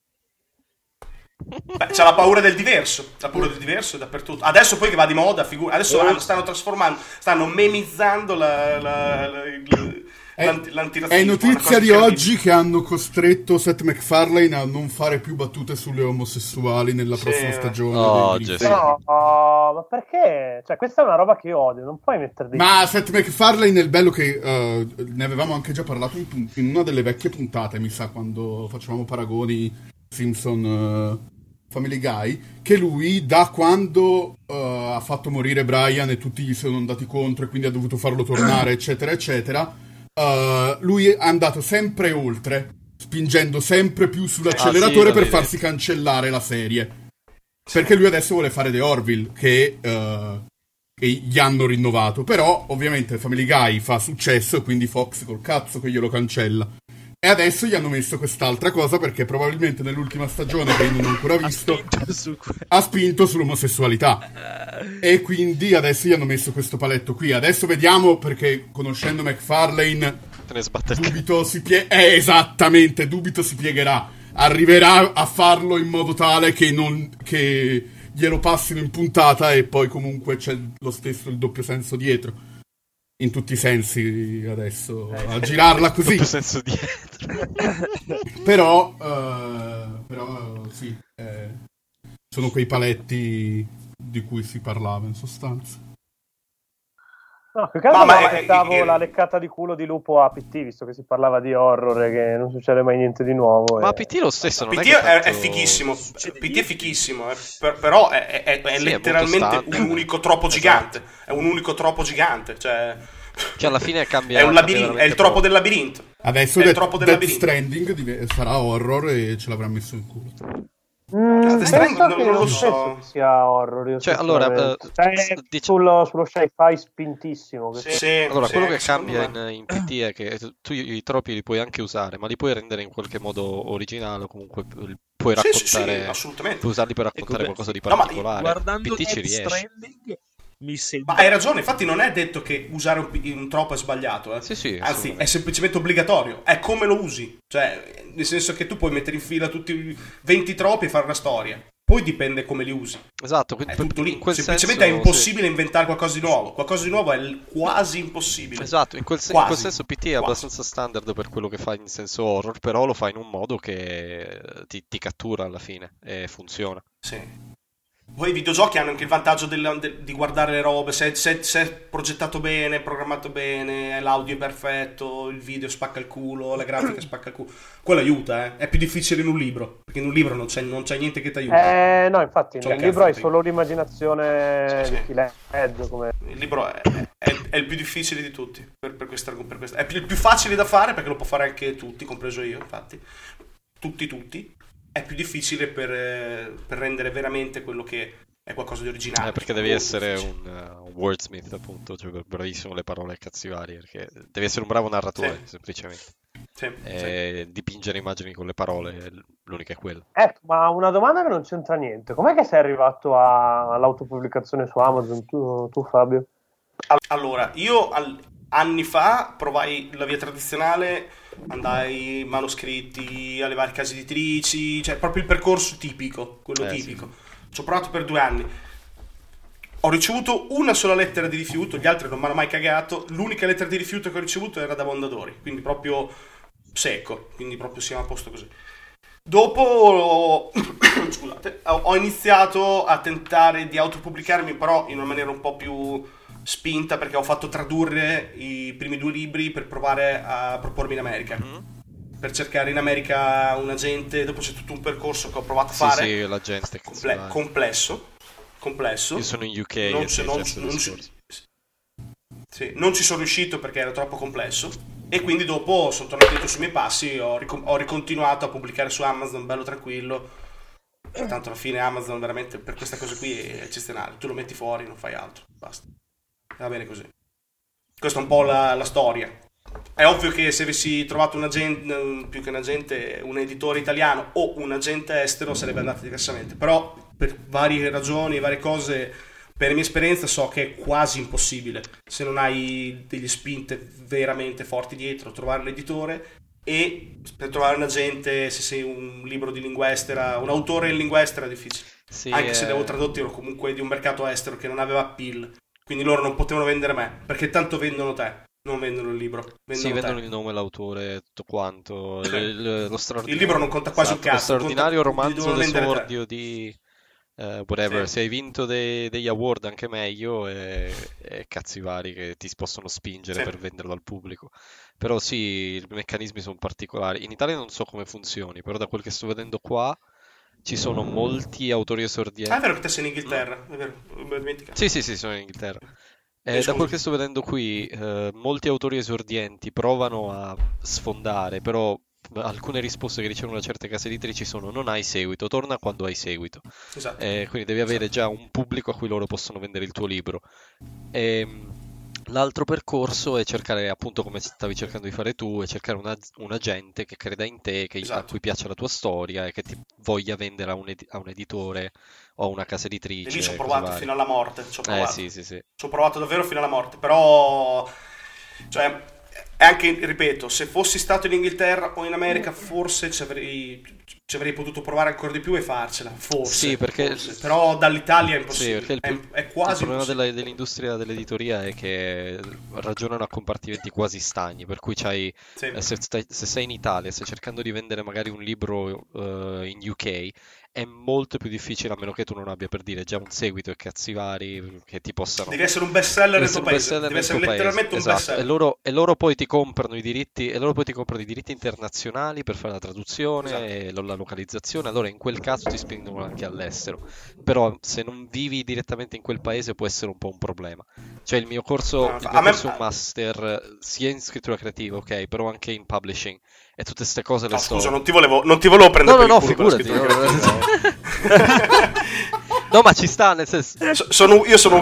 Beh, c'è la paura del diverso. La paura del diverso è dappertutto. Adesso poi che va di moda, adesso stanno trasformando, stanno memizzando l'antirazzismo. È notizia di oggi che hanno costretto Seth MacFarlane a non fare più battute sulle omosessuali nella prossima stagione. No, ma perché? Cioè, questa è una roba che io odio, non puoi mettere dei... Ma Seth MacFarlane è il bello che ne avevamo anche già parlato in una delle vecchie puntate, mi sa, quando facevamo paragoni Simpson Family Guy, che lui da quando ha fatto morire Brian e tutti gli sono andati contro e quindi ha dovuto farlo tornare eccetera eccetera, lui è andato sempre oltre, spingendo sempre più sull'acceleratore per farsi cancellare la serie. Perché lui adesso vuole fare The Orville, che gli hanno rinnovato. Però, ovviamente, Family Guy fa successo, quindi Fox col cazzo che glielo cancella. E adesso gli hanno messo quest'altra cosa, perché probabilmente nell'ultima stagione, che io non ho ancora visto, ha spinto sull'omosessualità. E quindi adesso gli hanno messo questo paletto qui. Adesso vediamo, perché conoscendo McFarlane, dubito si piegherà. Arriverà a farlo in modo tale che glielo passino in puntata, e poi comunque c'è lo stesso, il doppio senso dietro, in tutti i sensi adesso, a girarla così. Doppio senso dietro. Però sì, sono quei paletti di cui si parlava in sostanza. No, più che altro aspettavo la leccata di culo di lupo a PT, visto che si parlava di horror e che non succede mai niente di nuovo. Ma PT lo stesso non PT è che tanto... è fighissimo, PT è fichissimo, però è letteralmente un unico troppo gigante. È un unico troppo gigante, cioè alla fine cambia. È un labirinto, è il troppo del labirinto. Adesso Death Stranding sarà horror e ce l'avrà messo in culo. Non lo so che sia horror, cioè allora sullo sci-fi spintissimo allora quello che cambia in PT è che tu i troppi li puoi anche usare, ma li puoi rendere in qualche modo originale, o comunque puoi raccontare, assolutamente, puoi usarli per raccontare qualcosa di particolare. Guardando PT ci riesce. Stranding mi sembra... Ma hai ragione, infatti non è detto che usare un troppo è sbagliato, Sì, anzi è semplicemente obbligatorio, è come lo usi, cioè nel senso che tu puoi mettere in fila tutti i 20 troppi e fare una storia, poi dipende come li usi. Esatto, quindi è tutto lì. In quel semplicemente senso, è impossibile inventare qualcosa di nuovo è quasi impossibile. Esatto, in quel senso PT è abbastanza standard per quello che fa in senso horror, però lo fa in un modo che ti cattura alla fine e funziona. Sì. Poi i videogiochi hanno anche il vantaggio di guardare le robe, se è progettato bene, programmato bene, l'audio è perfetto, il video spacca il culo, la grafica spacca il culo. Quello aiuta, È più difficile in un libro, perché in un libro non c'è niente che ti aiuta. No, infatti, nel libro hai solo l'immaginazione di chi legge. Il libro è il più difficile di tutti, per questa. È il più facile da fare, perché lo può fare anche tutti, compreso io, infatti. Tutti. È più difficile per rendere veramente quello che è qualcosa di originale. Perché devi essere un wordsmith, appunto, cioè bravissimo le parole e cazzi vari, perché devi essere un bravo narratore, semplicemente. Sì. Dipingere immagini con le parole, l'unica è quella. Ma una domanda che non c'entra niente. Com'è che sei arrivato all'autopubblicazione su Amazon, tu Fabio? Allora, io anni fa provai la via tradizionale, andai manoscritti alle varie case editrici, cioè proprio il percorso tipico, quello tipico. Sì. Ci ho provato per 2 anni. Ho ricevuto una sola lettera di rifiuto, gli altri non mi hanno mai cagato. L'unica lettera di rifiuto che ho ricevuto era da Mondadori, quindi proprio secco, quindi proprio siamo a posto così. Dopo scusate, ho iniziato a tentare di autopubblicarmi, però in una maniera un po' più spinta, perché ho fatto tradurre i primi 2 libri per provare a propormi in America. Per cercare in America un agente. Dopo c'è tutto un percorso che ho provato a fare. Sì, l'agente complesso. Io sono in UK non ci sono riuscito perché era troppo complesso, e quindi dopo sono tornato dietro sui miei passi, ho ricontinuato a pubblicare su Amazon bello tranquillo. Tanto alla fine Amazon veramente per questa cosa qui è eccezionale, tu lo metti fuori, non fai altro, basta, va bene così. Questa è un po' la storia. È ovvio che se avessi trovato un agente, più che un agente, un editore italiano o un agente estero, sarebbe andato diversamente, però per varie ragioni, varie cose, per la mia esperienza so che è quasi impossibile, se non hai delle spinte veramente forti dietro, trovare l'editore. E per trovare un agente, se sei un libro di lingua estera, un autore in lingua estera, è difficile. Sì, anche se l'avevo tradotto, ero comunque di un mercato estero che non aveva appeal, quindi loro non potevano vendere me, perché tanto vendono te, non vendono il libro. Vendono il nome, l'autore, tutto quanto. Lo straordinario, il libro non conta quasi un cazzo. Lo straordinario romanzo d'esordio di whatever. Sì. Se hai vinto degli award, anche meglio, e cazzi vari che ti possono spingere per venderlo al pubblico. Però sì, i meccanismi sono particolari. In Italia non so come funzioni, però da quel che sto vedendo qua ci sono molti autori esordienti. È vero che te sei in Inghilterra, è vero, Sì, sono in Inghilterra. Da quel che sto vedendo qui, molti autori esordienti provano a sfondare, però alcune risposte che ricevono da certe case editrici sono: non hai seguito, torna quando hai seguito. Esatto. Quindi devi avere già un pubblico a cui loro possono vendere il tuo libro. L'altro percorso è cercare, appunto, come stavi cercando di fare tu, è cercare un agente che creda in te, a cui piaccia la tua storia e che ti voglia vendere a un editore o a una casa editrice. E lì ci ho provato fino alla morte. Sì. Ci ho provato davvero fino alla morte, però, cioè, è anche, ripeto, se fossi stato in Inghilterra o in America, forse ci avrei potuto provare ancora di più e farcela, forse. Sì, perché forse. Però dall'Italia è impossibile. Sì, è quasi il problema impossibile. dell'industria dell'editoria è che ragionano a compartimenti quasi stagni, per cui se sei in Italia, stai cercando di vendere magari un libro in UK, è molto più difficile, a meno che tu non abbia, per dire, già un seguito e cazzi vari che ti possano... Devi essere un bestseller nel tuo paese, devi essere letteralmente un bestseller. E loro poi ti comprano i diritti, internazionali per fare la traduzione e la localizzazione, allora in quel caso ti spingono anche all'estero. Però se non vivi direttamente in quel paese può essere un po' un problema. Cioè il mio corso è un master sia in scrittura creativa, ok, però anche in publishing. E tutte queste cose le sto... Scusa, non ti volevo prendere per il culo, figurati. No, ma ci sta, nel senso... Io sono un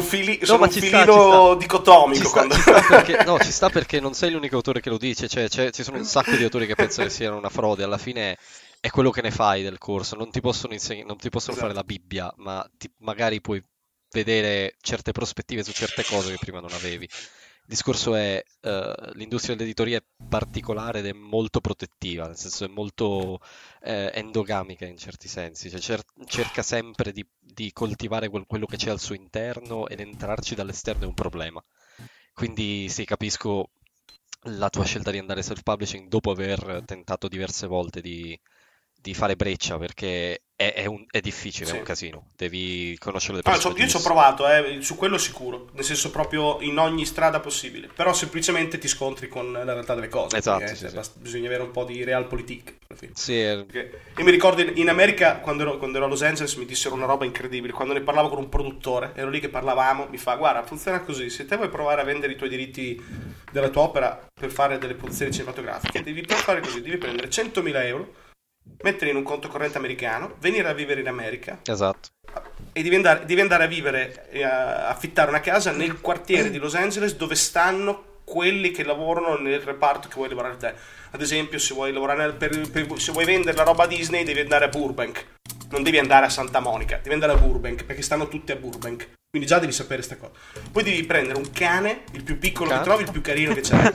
filino dicotomico. Ci sta perché non sei l'unico autore che lo dice, cioè ci sono un sacco di autori che pensano che siano una frode, alla fine è quello che ne fai del corso, non ti possono fare la Bibbia, ma magari puoi vedere certe prospettive su certe cose che prima non avevi. Il discorso è l'industria dell'editoria è particolare ed è molto protettiva, nel senso è molto endogamica in certi sensi, cioè cerca sempre di coltivare quello che c'è al suo interno, ed entrarci dall'esterno è un problema. Quindi sì, capisco la tua scelta di andare self-publishing dopo aver tentato diverse volte di fare breccia, perché è difficile, è un casino, devi conoscere le persone. Io ci ho provato, su quello sicuro, nel senso proprio in ogni strada possibile, però semplicemente ti scontri con la realtà delle cose. Esatto, bisogna avere un po' di realpolitik. Sì, io mi ricordo in America, quando ero a Los Angeles, mi dissero una roba incredibile, quando ne parlavo con un produttore, ero lì che parlavamo, mi fa: guarda, funziona così, se te vuoi provare a vendere i tuoi diritti della tua opera per fare delle produzioni cinematografiche, per fare così, devi prendere 100.000 euro, mettere in un conto corrente americano, venire a vivere in America, esatto, e devi andare a vivere e a affittare una casa nel quartiere di Los Angeles dove stanno quelli che lavorano nel reparto che vuoi lavorare te. Ad esempio, se vuoi lavorare se vuoi vendere la roba Disney, devi andare a Burbank, non devi andare a Santa Monica, devi andare a Burbank, perché stanno tutti a Burbank, quindi già devi sapere questa cosa. Poi devi prendere un cane, il più piccolo che trovi, il più carino che c'è,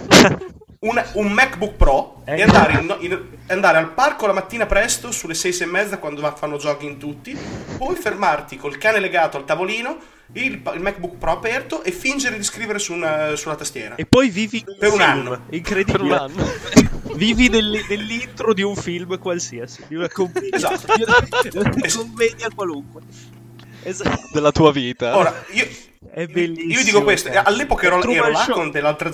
un MacBook Pro, e andare al parco la mattina presto sulle 6:30 quando fanno jogging tutti, poi fermarti col cane legato al tavolino, il MacBook Pro aperto, e fingere di scrivere sulla tastiera. E poi vivi per un anno. Incredibile. Per un anno. Vivi nell'intro di un film qualsiasi, di una commedia, Esatto. di una commedia qualunque. Esatto. Della tua vita. Ora, è bellissimo. Io dico questo, all'epoca ero là Show. con dell'altra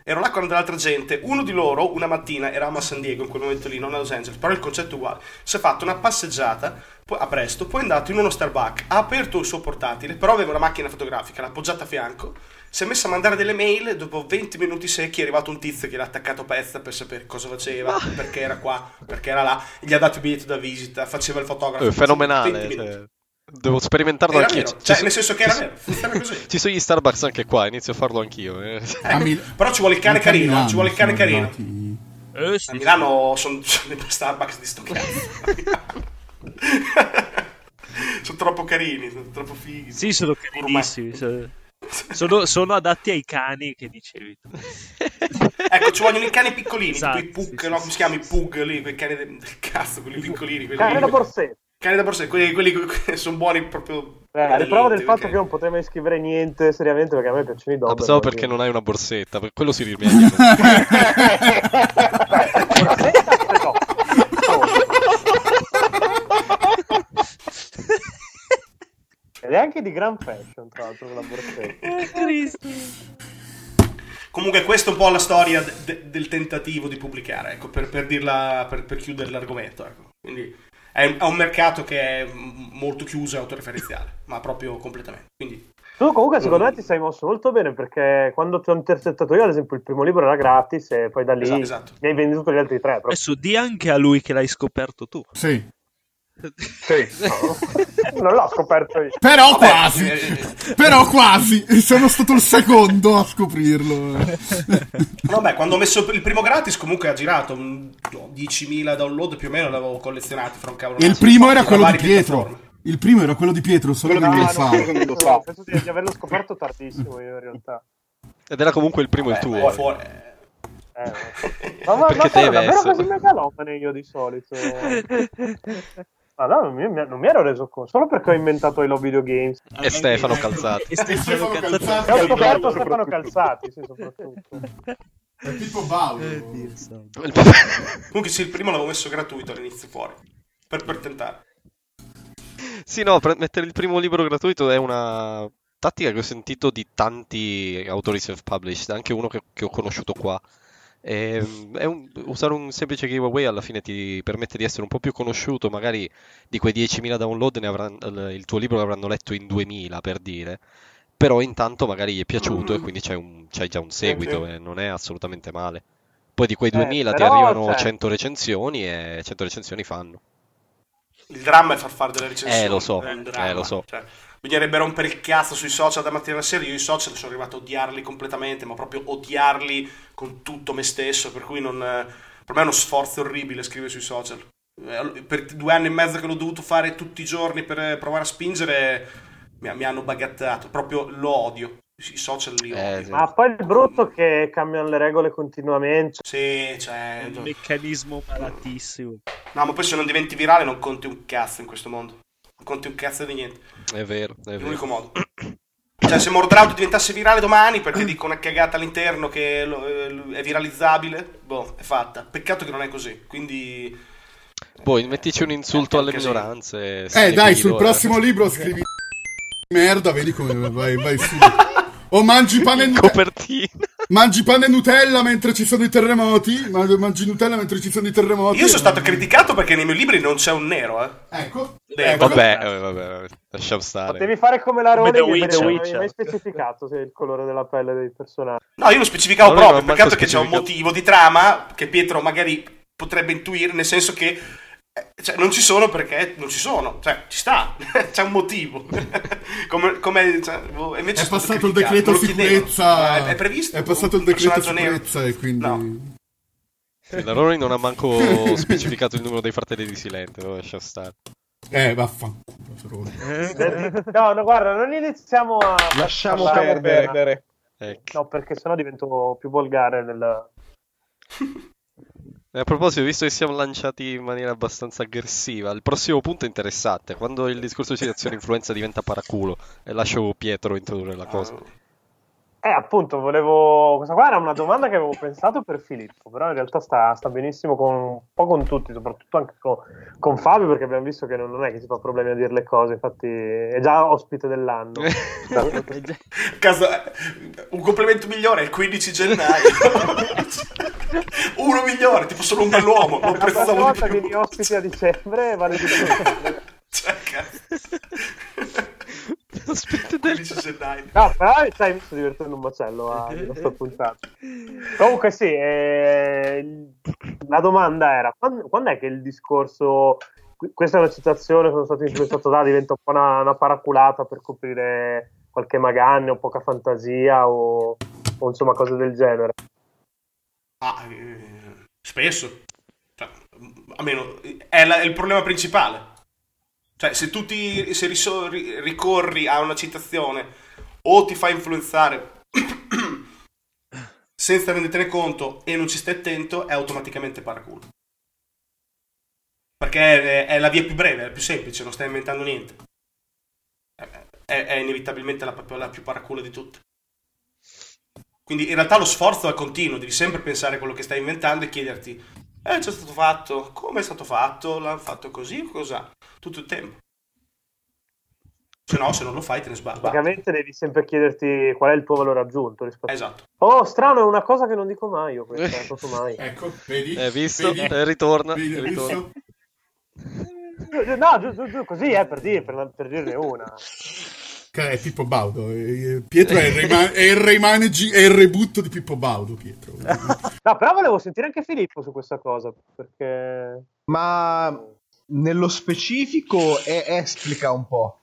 gente, uno di loro una mattina, eravamo a San Diego in quel momento lì, non a Los Angeles, però il concetto è uguale, si è fatto una passeggiata a presto, poi è andato in uno Starbucks, ha aperto il suo portatile, però aveva una macchina fotografica, l'ha appoggiata a fianco, si è messo a mandare delle mail, dopo 20 minuti secchi è arrivato un tizio che l'ha attaccato pezza per sapere cosa faceva, perché era qua, perché era là, gli ha dato il biglietto da visita, faceva il fotografo. Fenomenale. Devo sperimentarlo anch'io. Nel senso che era vero, funziona così. Ci sono gli Starbucks anche qua, inizio a farlo anch'io. Però ci vuole il cane carino, A Milano sono dei Starbucks di sto cazzo. Sono troppo carini, sono troppo fighi. Sì, sono carinissimi. Sono adatti ai cani che dicevi tu. Ecco, ci vogliono i cani piccolini, Esatto, tipo i pug, sì, no? Come si chiama? I pug lì, quei cani del cazzo, quelli piccolini. Cane da borsetto. Cani da borsetto, quelli sono buoni proprio. A riprova del fatto che io non potevo mai scrivere niente seriamente, perché a me piacciono i Doberman. Pensavo perché non hai una borsetta, per quello si rimediano. Ed è anche di gran fashion, tra l'altro, la borsetta. Comunque questa è un po' la storia del tentativo di pubblicare, ecco, per dirla, per chiudere l'argomento, ecco. Quindi è un mercato che è molto chiuso e autoreferenziale, ma proprio completamente. Quindi Tu comunque secondo me ti sei mosso molto bene, perché quando ti ho intercettato io, ad esempio, il primo libro era gratis e poi da lì Esatto. mi hai venduto gli altri 3. Proprio. Adesso di anche a lui che l'hai scoperto tu. Sì. Non l'ho scoperto io. Però quasi. Sono stato il secondo a scoprirlo. Vabbè, quando ho messo il primo gratis comunque ha girato 10.000 download più o meno, l'avevo collezionati fra un cavolo. E il primo era quello di Pietro. Il primo era quello di Pietro, solo che non lo fa. Penso di averlo scoperto tardissimo io in realtà. Ed era comunque il primo il tuo. Ma Perché sono deve davvero essere. così megalomane io di solito. Ma no, non mi ero reso conto, solo perché ho inventato i Love Video Games. E Stefano Calzati. E Stefano Calzati. E ho scoperto Stefano Calzati, sì, soprattutto. È tipo Bauer. Comunque sì, il primo l'avevo messo gratuito all'inizio fuori, per tentare. Sì, no, mettere il primo libro gratuito è una tattica che ho sentito di tanti autori self-published, anche uno che ho conosciuto qua. Usare un semplice giveaway alla fine ti permette di essere un po' più conosciuto, magari di quei 10.000 download il tuo libro l'avranno letto in 2.000, per dire, però intanto magari gli è piaciuto e quindi c'hai già un seguito, e non è assolutamente male. Poi di quei 2.000 ti arrivano 100 recensioni e 100 recensioni fanno. Il dramma è far delle recensioni. Lo so, lo so. Cioè, bisognerebbe rompere il cazzo sui social da mattina alla sera. Io i social sono arrivato a odiarli completamente, ma proprio odiarli con tutto me stesso, per cui per me è uno sforzo orribile scrivere sui social. Per 2 anni e mezzo che l'ho dovuto fare tutti i giorni per provare a spingere, mi hanno bagattato, proprio lo odio. I social li odio. Sì. Ma poi il brutto è che cambiano le regole continuamente. Sì, cioè... È un meccanismo malatissimo. No, ma poi se non diventi virale non conti un cazzo in questo mondo. Non conti un cazzo di niente. È vero. L'unico modo. Cioè, se Mordrauto diventasse virale domani perché dico una cagata all'interno che è viralizzabile, è fatta. Peccato che non è così, quindi... mettici un insulto alle minoranze. Dai, sul prossimo libro scrivi merda, vedi come vai su. O mangi pane e Nutella mentre ci sono i terremoti. Mangi Nutella mentre ci sono i terremoti. Io sono stato criticato perché nei miei libri non c'è un nero, Ecco. Vabbè, lasciamo stare. Potevi fare come la Rowling, non hai mai specificato se il colore della pelle dei personaggi. No, io lo specificavo proprio, peccato che c'è un motivo di trama che Pietro magari potrebbe intuire, nel senso che non ci sono perché non ci sono, cioè ci sta, c'è un motivo. Invece è passato il decreto sicurezza, è previsto, è passato il decreto sicurezza e quindi la Rowling non ha manco specificato il numero dei fratelli di Silente, lo lascia stare. Vaffanculo. No, guarda, non iniziamo a lasciamo perdere. Ecco. No, perché sennò divento più volgare nel... A proposito, visto che siamo lanciati in maniera abbastanza aggressiva, il prossimo punto è interessante, quando il discorso di citazione influenza diventa paraculo, e lascio Pietro introdurre la cosa. Appunto, questa qua era una domanda che avevo pensato per Filippo, però in realtà sta benissimo un po' con tutti, soprattutto anche con Fabio, perché abbiamo visto che non è che si fa problemi a dire le cose, infatti è già ospite dell'anno. Un complimento migliore è il 15 gennaio. Uno migliore, tipo solo un bell'uomo. La prossima volta che mi ospiti a dicembre vale di più. Aspetta, 15 gennaio. No, però sai, mi sto divertendo un macello a questa puntata. Comunque sì, la domanda era quando è che il discorso, questa è una citazione, sono stato influenzato diventa un po' una paraculata per coprire qualche magagna o poca fantasia o insomma cose del genere? Spesso, cioè, almeno è il problema principale. Cioè, se tu ricorri a una citazione o ti fai influenzare senza renderne conto e non ci stai attento, è automaticamente paraculo. Perché è la via più breve, è la più semplice, non stai inventando niente. È inevitabilmente la più paraculo di tutte. Quindi in realtà lo sforzo è continuo, devi sempre pensare a quello che stai inventando e chiederti c'è stato fatto, come è stato fatto, l'hanno fatto così o cos'ha, tutto il tempo. Se no, se non lo fai te ne sbagli. Praticamente devi sempre chiederti qual è il tuo valore aggiunto rispetto. Esatto. Oh, strano, è una cosa che non dico mai io questa, non so mai. Ecco, vedi? Visto? Ritorna. Visto? No, giù, così per dirne una. È Pippo Baudo. Pietro è il reboot di Pippo Baudo, Pietro. No, però volevo sentire anche Filippo su questa cosa, perché... Ma nello specifico esplica un po'.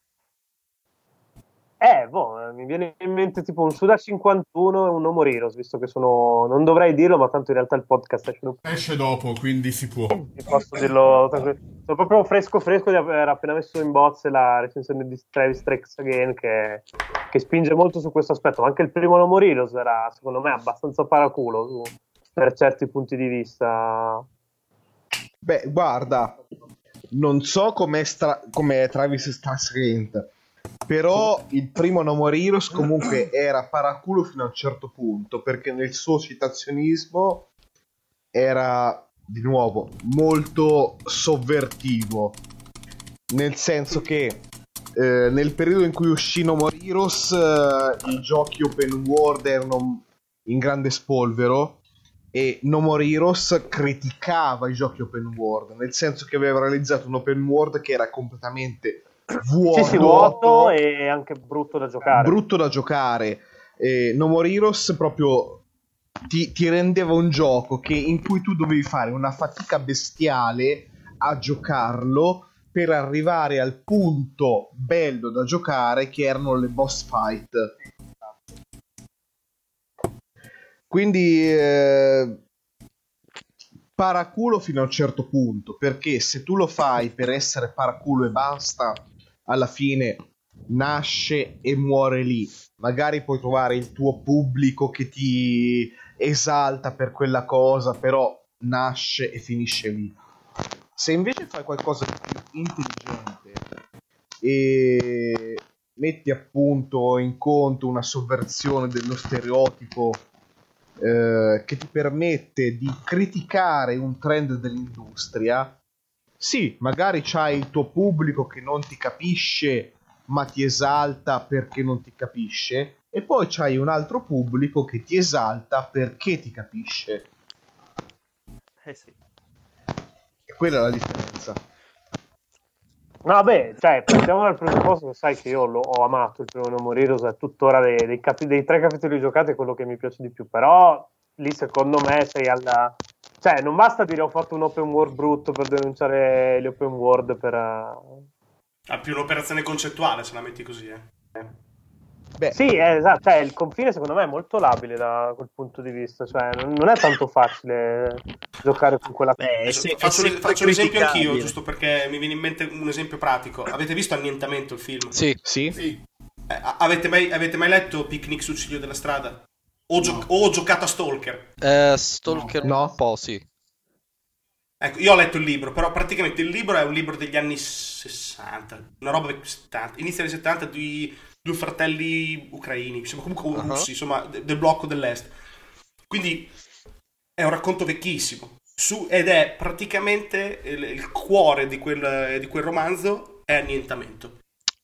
Mi viene in mente tipo un Suda 51 e un No More Heroes, visto che sono... Non dovrei dirlo, ma tanto in realtà il podcast esce dopo, quindi si può. Posso dirlo... Sono proprio fresco di aver appena messo in bozze la recensione di Travis Strikes Again, che spinge molto su questo aspetto. Anche il primo No More Heroes era, secondo me, abbastanza paraculo per certi punti di vista. Beh, guarda, non so com'è Travis Strikes Again, però il primo No More Heroes comunque era paraculo fino a un certo punto, perché nel suo citazionismo era, di nuovo, molto sovvertivo, nel senso che nel periodo in cui uscì No More Heroes i giochi open world erano in grande spolvero e No More Heroes criticava i giochi open world, nel senso che aveva realizzato un open world che era completamente vuoto e anche brutto da giocare. No More Heroes proprio ti rendeva un gioco in cui tu dovevi fare una fatica bestiale a giocarlo per arrivare al punto bello da giocare, che erano le boss fight. Quindi paraculo fino a un certo punto, perché se tu lo fai per essere paraculo e basta, alla fine nasce e muore lì. Magari puoi trovare il tuo pubblico che ti esalta per quella cosa, però nasce e finisce lì. Se invece fai qualcosa di più intelligente e metti appunto in conto una sovversione dello stereotipo che ti permette di criticare un trend dell'industria, sì, magari c'hai il tuo pubblico che non ti capisce ma ti esalta perché non ti capisce, e poi c'hai un altro pubblico che ti esalta perché ti capisce. Sì. E quella è la differenza. No, beh, partiamo dal presupposto che sai che io ho amato il primo No More Heroes, è tuttora dei 3 capitoli giocati è quello che mi piace di più, però lì secondo me sei alla... Cioè, non basta dire ho fatto un open world brutto per denunciare gli open world per... Ha più un'operazione concettuale, se la metti così, Beh, sì, esatto, il confine secondo me è molto labile da quel punto di vista, cioè non è tanto facile giocare con quella... Faccio un esempio anch'io, giusto perché mi viene in mente un esempio pratico. Avete visto Annientamento, il film? Sì. Avete mai letto Picnic sul ciglio della strada? O giocato a Stalker? Stalker no. Un po', sì. Ecco, io ho letto il libro, però praticamente il libro è un libro degli anni 60, una roba 70, inizio anni 70, di 2 fratelli ucraini, comunque russi, insomma, del blocco dell'est. Quindi è un racconto vecchissimo, ed è praticamente il cuore di quel romanzo è Annientamento.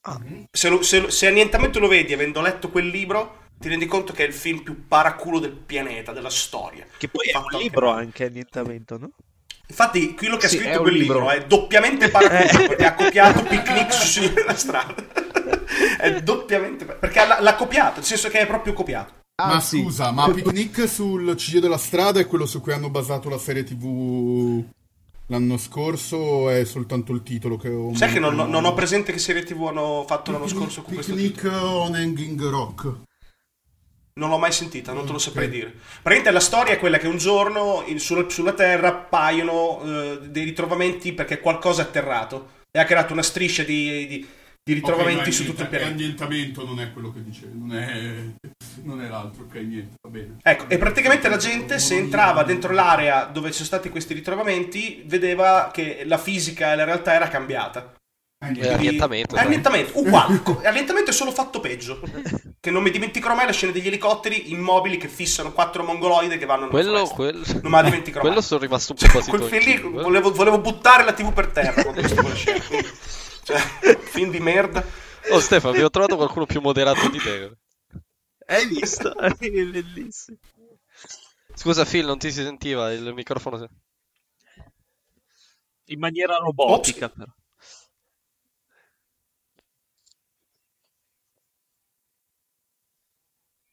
Se Annientamento lo vedi avendo letto quel libro, ti rendi conto che è il film più paraculo del pianeta, della storia. Che poi è un libro anche Annientamento, no? Infatti, quello che ha scritto quel libro è doppiamente paraculo, perché ha copiato Picnic sul ciglio della strada. È doppiamente... perché l'ha copiato, nel senso che è proprio copiato. Ma scusa, ma Picnic sul ciglio della strada è quello su cui hanno basato la serie TV l'anno scorso, o è soltanto il titolo che ho... Sai che non ho presente che serie TV hanno fatto l'anno scorso con questo Picnic titolo? on Hanging Rock. Non l'ho mai sentita, non te lo saprei dire. Praticamente la storia è quella che un giorno sulla Terra appaiono dei ritrovamenti perché qualcosa è atterrato e ha creato una striscia di ritrovamenti su tutto il pianeta. L'ambientamento non è quello che dicevi, non è l'altro, ok, niente, va bene. Ecco, e praticamente la gente, se entrava dentro l'area dove ci sono stati questi ritrovamenti, vedeva che la fisica e la realtà era cambiata. Annientamento. Uguale. Annientamento è solo fatto peggio. Che non mi dimenticherò mai la scena degli elicotteri immobili che fissano 4 mongoloide che vanno nella foresta. Non me la dimenticherò mai. Quello sono rimasto un po' quasi quel film lì volevo buttare la TV per terra quando ho visto quella scena. Film di merda. Oh Stefano, abbiamo trovato qualcuno più moderato di te. Hai visto? È bellissimo. Scusa Phil, non ti si sentiva il microfono? In maniera robotica, però.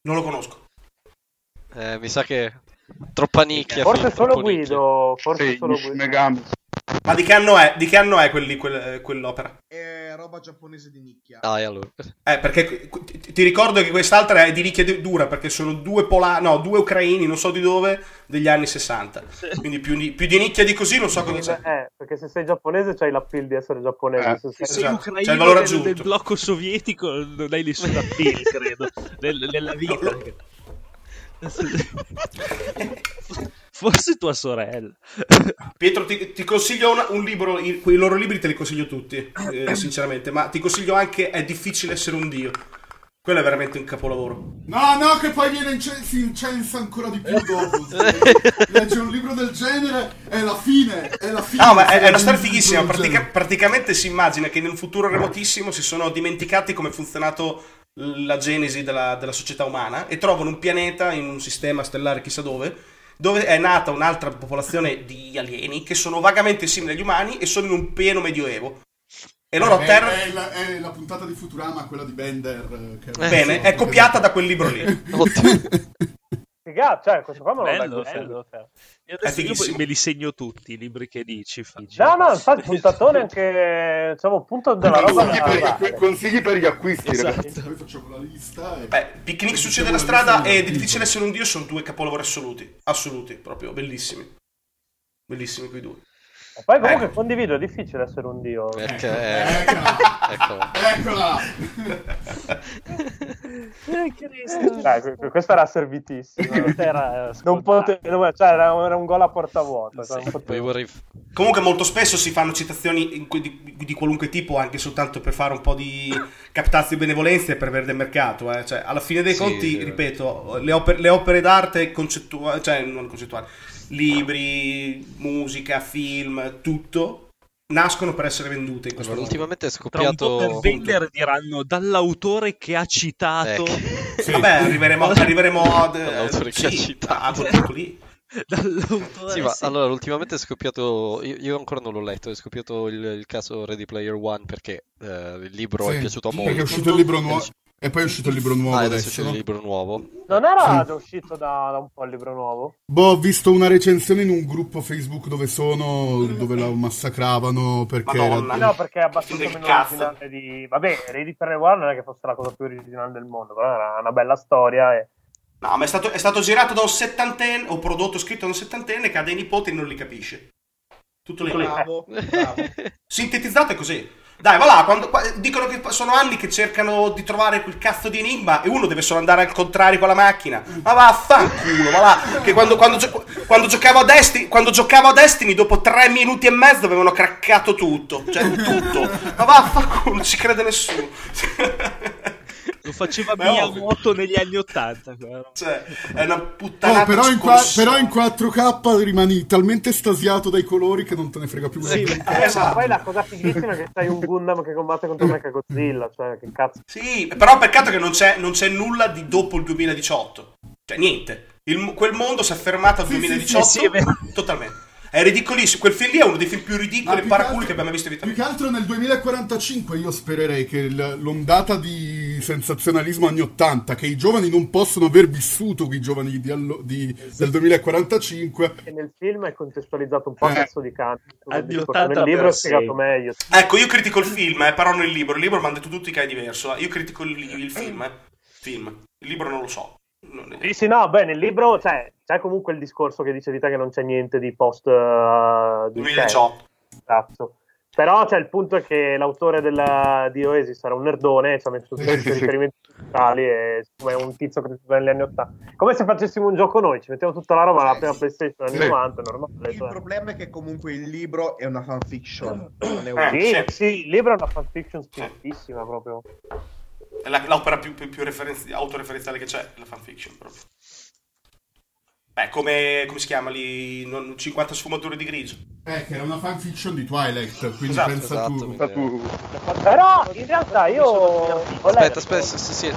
Non lo conosco. Mi sa che troppa nicchia. Forse solo troppo nicchia. Guido. Forse Sì, solo Shin Guido. Megami. Ma di che anno è quell'opera? È roba giapponese di nicchia. Dai, allora. Perché ti ricordo che quest'altra è di nicchia dura, perché sono due ucraini, non so di dove, degli anni 60. Quindi più di nicchia di così non so cosa c'è. Perché se sei giapponese c'hai l'appeal di essere giapponese. Se Se sei Esatto. ucraino C'è il valore aggiunto. del blocco sovietico non hai nessun appeal, credo, nella vita. Forse tua sorella. Pietro, ti consiglio un libro, i loro libri te li consiglio tutti, sinceramente, ma ti consiglio anche È difficile essere un dio. Quello è veramente un capolavoro. No, che poi si incensa ancora di più dopo. Legge un libro del genere, è la fine. No, ma è una storia fighissima. Praticamente si immagina che in un futuro remotissimo si sono dimenticati come è funzionato la genesi della società umana e trovano un pianeta in un sistema stellare chissà dove è nata un'altra popolazione di alieni che sono vagamente simili agli umani e sono in un pieno medioevo. E loro atterrano. È la puntata di Futurama, quella di Bender. Bene, è copiata da quel libro lì. Cioè, questo qua me lo Bello, leggo. bello. Io adesso fighissimo. me li segno tutti i libri che dici. No, infatti puntatone anche, diciamo, punto della roba. Consigli per gli acquisti, ragazzi. Poi facciamo la lista. Picnic succede la strada e È difficile essere un dio sono due capolavori assoluti, proprio bellissimi. Bellissimi quei due. E poi comunque condivido, è difficile essere un dio. Perché Eccola! Questa era servitissima. Era un gol a porta vuota. Comunque molto spesso si fanno citazioni di qualunque tipo anche soltanto per fare un po' di captazione di benevolenza e per avere del mercato. Cioè, alla fine dei conti, ripeto, le opere d'arte concettuali, cioè non concettuali, libri, musica, film, tutto nascono per essere vendute in questo modo. Ultimamente è Tra un po' scoppiato. per vendere diranno dall'autore che ha citato. Sì. Vabbè, arriveremo dall'autore che ha citato. Lì. Dall'autore, Sì, ma allora ultimamente è scoppiato. Io ancora non l'ho letto. È scoppiato il caso Ready Player One perché il libro è piaciuto molto. Perché è uscito il libro nuovo. E poi è uscito il libro nuovo adesso adesso. c'è il libro nuovo. Non era già uscito da un po' il libro nuovo? Ho visto una recensione in un gruppo Facebook dove la massacravano perché No, perché è abbastanza meno originale di... Vabbè, Ready Player One non è che fosse la cosa più originale del mondo, però era una bella storia e... No, ma è stato girato da un settantenne o prodotto scritto da un settantenne che ha dei nipoti e non li capisce. Tutto lì. Bravo. Sintetizzato è così. Dai, va là, dicono che sono anni che cercano di trovare quel cazzo di enigma e uno deve solo andare al contrario con la macchina. Ma vaffanculo, va là. Che quando giocavo a Destiny dopo 3 minuti e mezzo avevano craccato tutto. Cioè, tutto. Ma vaffanculo, non ci crede nessuno. Lo faceva Miyamoto negli anni 80. Cioè, è una puttanata. però in 4K rimani talmente estasiato dai colori che non te ne frega più. Esatto. Poi la cosa fighissima è che sei un Gundam che combatte contro Mechagodzilla, cioè che cazzo. Sì, però peccato che non c'è nulla di dopo il 2018. Cioè, niente. Quel mondo si è fermato al 2018 sì, totalmente. È ridicolissimo. Quel film lì è uno dei film più ridicoli e paraculi che abbiamo visto in vita più mia. che altro nel 2045 io spererei che l'ondata di sensazionalismo anni 80 che i giovani non possono aver vissuto, i giovani del 2045, E nel film è contestualizzato un po' a cazzo di canto. Anni 80 nel libro è spiegato meglio. Ecco, io critico il film, però non il libro. Il libro mi hanno detto tutti che è diverso. Io critico il film. Il libro non lo so. Sì, no, beh, nel libro c'è comunque il discorso che dice Vita che non c'è niente di post 2018. Esatto. Però il punto è che l'autore di Oasis era un nerdone e ci ha messo tutti questi riferimenti culturali e come un tizio che negli anni 80. Come se facessimo un gioco noi, ci mettiamo tutta la roba alla prima PlayStation anni 90, normale. Il problema è che comunque il libro è una fanfiction. Non è Sì, il libro è una fanfiction spirtissima proprio. È l'opera più autoreferenziale che c'è, la fanfiction proprio. Beh, come si chiama lì? 50 sfumature di grigio. che era una fanfiction di Twilight, quindi Esatto, pensa tu. Però in realtà io Aspetta, sì.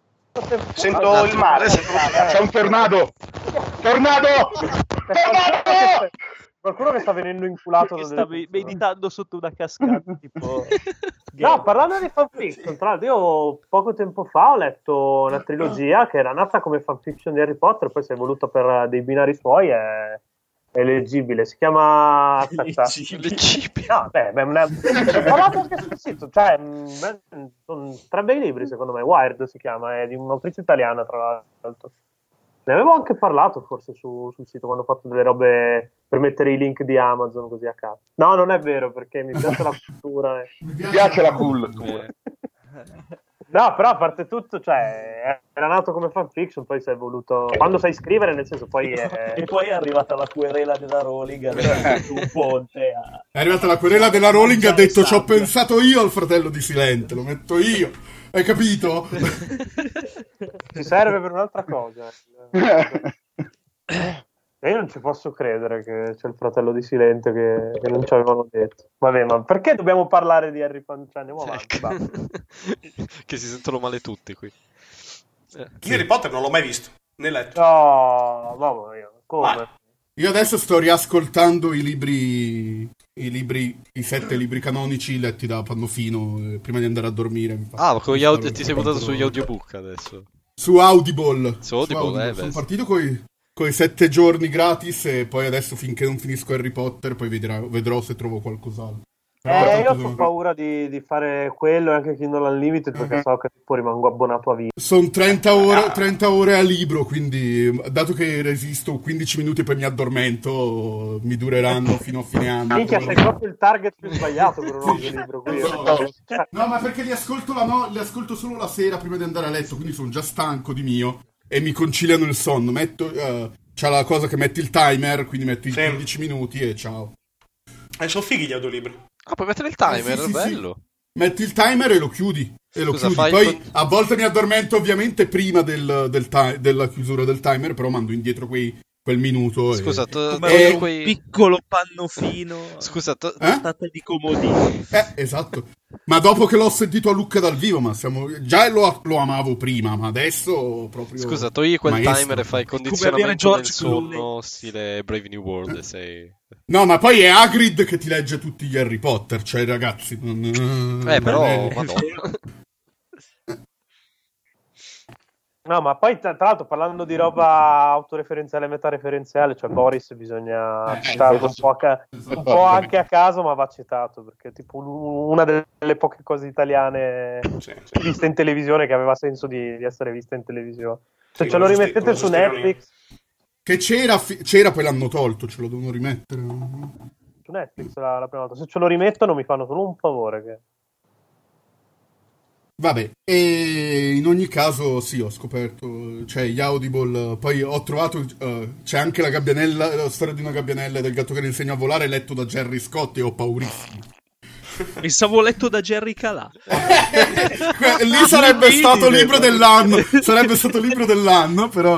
Sento il mare. C'è un tornado. qualcuno che sta venendo inculato Che da sta delle meditando sotto una cascata, tipo... No, parlando di fanfiction, tra l'altro io poco tempo fa ho letto una trilogia che era nata come fanfiction di Harry Potter, poi si è evoluta per dei binari suoi, è leggibile, si chiama... Aspetta. Leggibile. No, ho parlato anche sul sito, cioè, sono 3 bei libri secondo me, Wired si chiama, è di un'autrice italiana tra l'altro. Ne avevo anche parlato forse sul sito quando ho fatto delle robe per mettere i link di Amazon così a caso. No, non è vero, perché mi piace la cultura. Mi piace la cultura. No, però a parte tutto, cioè, era nato come fanfiction, poi si è evoluto... Quando sai scrivere, nel senso, poi... E poi è arrivata la querela della Rowling su un ponte. È arrivata la querela della Rowling, ha detto ci ho pensato io al fratello di Silente, lo metto io. Hai capito? Ci serve per un'altra cosa. E io non ci posso credere che c'è il fratello di Silente che non ci avevano detto. Vabbè, ma perché dobbiamo parlare di Harry Potter? Cioè, andiamo avanti. Che si sentono male tutti qui. Io Harry Potter non l'ho mai visto, né letto. No, mamma mia, come? Io adesso sto riascoltando i 7 libri canonici letti da Pannofino prima di andare a dormire. Con ti sei buttato sugli audiobook adesso? Su Audible. Su Audible. Sono partito coi 7 giorni gratis e poi adesso finché non finisco Harry Potter poi vedrò se trovo qualcos'altro. Io ho paura di fare quello e anche Kindle Unlimited perché so che poi rimango abbonato a vita. Sono 30 ore a libro, quindi dato che resisto 15 minuti e poi mi addormento, mi dureranno fino a fine anno. Minchia, sei proprio il target più sbagliato per un libro qui. No, ma perché li ascolto solo la sera prima di andare a letto, quindi sono già stanco di mio e mi conciliano il sonno. C'ha la cosa che metti il timer, quindi metti i 15 minuti e ciao. Sono fighi gli audiolibri. Puoi mettere il timer, sì, bello. Sì. Metti il timer e lo chiudi. Poi a volte mi addormento ovviamente prima della chiusura del timer, però mando indietro quel minuto. Scusa, un piccolo Pannofino. Scusa, tratta di comodino. Esatto. Ma dopo che l'ho sentito a Lucca dal vivo, già lo amavo prima, ma adesso proprio. Scusa, togli quel timer e fai condizionamento del sonno Clooney. Stile Brave New World. No, ma poi è Hagrid che ti legge tutti gli Harry Potter, cioè ragazzi. Però, madonna. No, ma poi tra l'altro parlando di roba autoreferenziale e metareferenziale, cioè Boris bisogna citarlo un po' anche a caso, ma va citato perché è tipo una delle poche cose italiane viste in televisione che aveva senso di essere vista in televisione. Se ce lo rimettete su Netflix, che c'era poi l'hanno tolto, ce lo devono rimettere su Netflix la prima volta. Se ce lo rimettono mi fanno solo un favore che... Vabbè, e in ogni caso sì, ho scoperto, cioè gli Audible, poi ho trovato, c'è anche la storia di una gabbianella e del gatto che le insegna a volare, letto da Gerry Scott e ho paurissimo. Pensavo letto da Jerry Calà. Lì sarebbe stato libro dell'anno, però...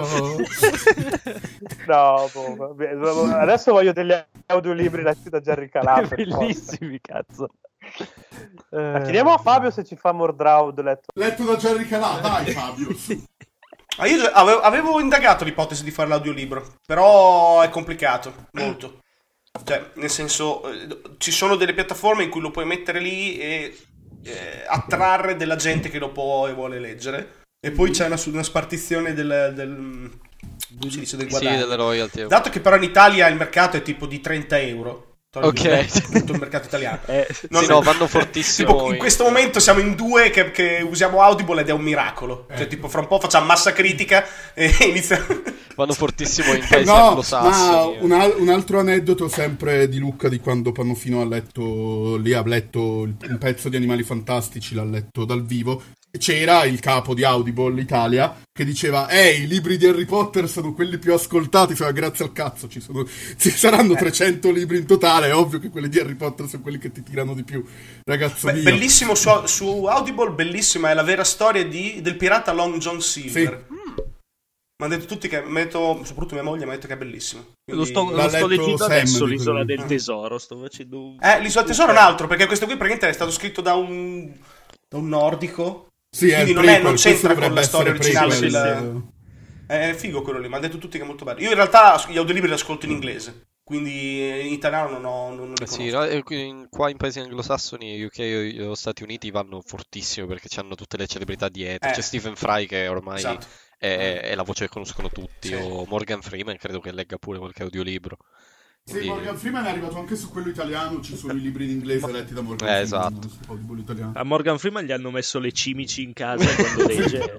No, adesso voglio degli audiolibri letti da Jerry Calà. Bellissimi, cazzo. Chiediamo a Fabio se ci fa Mordraud letto da Jerry Calà, dai Fabio. Io avevo indagato l'ipotesi di fare l'audiolibro, però è complicato, molto. Cioè, nel senso, ci sono delle piattaforme in cui lo puoi mettere lì e attrarre della gente che lo può e vuole leggere, e poi c'è una spartizione del guadagno. Sì, delle royalty. Dato che però in Italia il mercato è tipo di 30 euro. Ok, tutto il mercato italiano. Vanno fortissimo. Tipo, in questo momento siamo in 2 che usiamo Audible ed è un miracolo. Cioè, tipo, fra un po' facciamo massa critica e iniziamo. Vanno fortissimo in paesi anglosassoni. Un altro aneddoto sempre di Lucca di quando Pannofino ha letto un pezzo di Animali Fantastici, l'ha letto dal vivo. C'era il capo di Audible Italia che diceva i libri di Harry Potter sono quelli più ascoltati, grazie al cazzo ci saranno 300 libri in totale, è ovvio che quelli di Harry Potter sono quelli che ti tirano di più, ragazzo mio. Bellissimo su Audible, bellissima è la vera storia del pirata Long John Silver. Sì. Mi hanno detto tutti soprattutto mia moglie mi ha detto che è bellissimo. Quindi... Lo sto leggendo adesso, l'Isola del Tesoro. Sto facendo l'Isola del Tesoro è un altro, perché questo qui praticamente è stato scritto da un nordico. Sì, quindi non c'entra con la storia originale. È figo quello lì, mi hanno detto tutti che è molto bello. Io in realtà gli audiolibri li ascolto in inglese, quindi in italiano non li Sì, conosco. no, qua in paesi anglosassoni, UK e Stati Uniti vanno fortissimo perché hanno tutte le celebrità dietro. C'è Stephen Fry che ormai Esatto. è la voce che conoscono tutti, Sì. o Morgan Freeman, credo che legga pure qualche audiolibro. Sì, Quindi- Morgan Freeman è arrivato anche su quello italiano, ci sono i libri in inglese letti da Morgan Freeman. esatto. Non so, di quello italiano. A Morgan Freeman gli hanno messo le cimici in casa quando legge.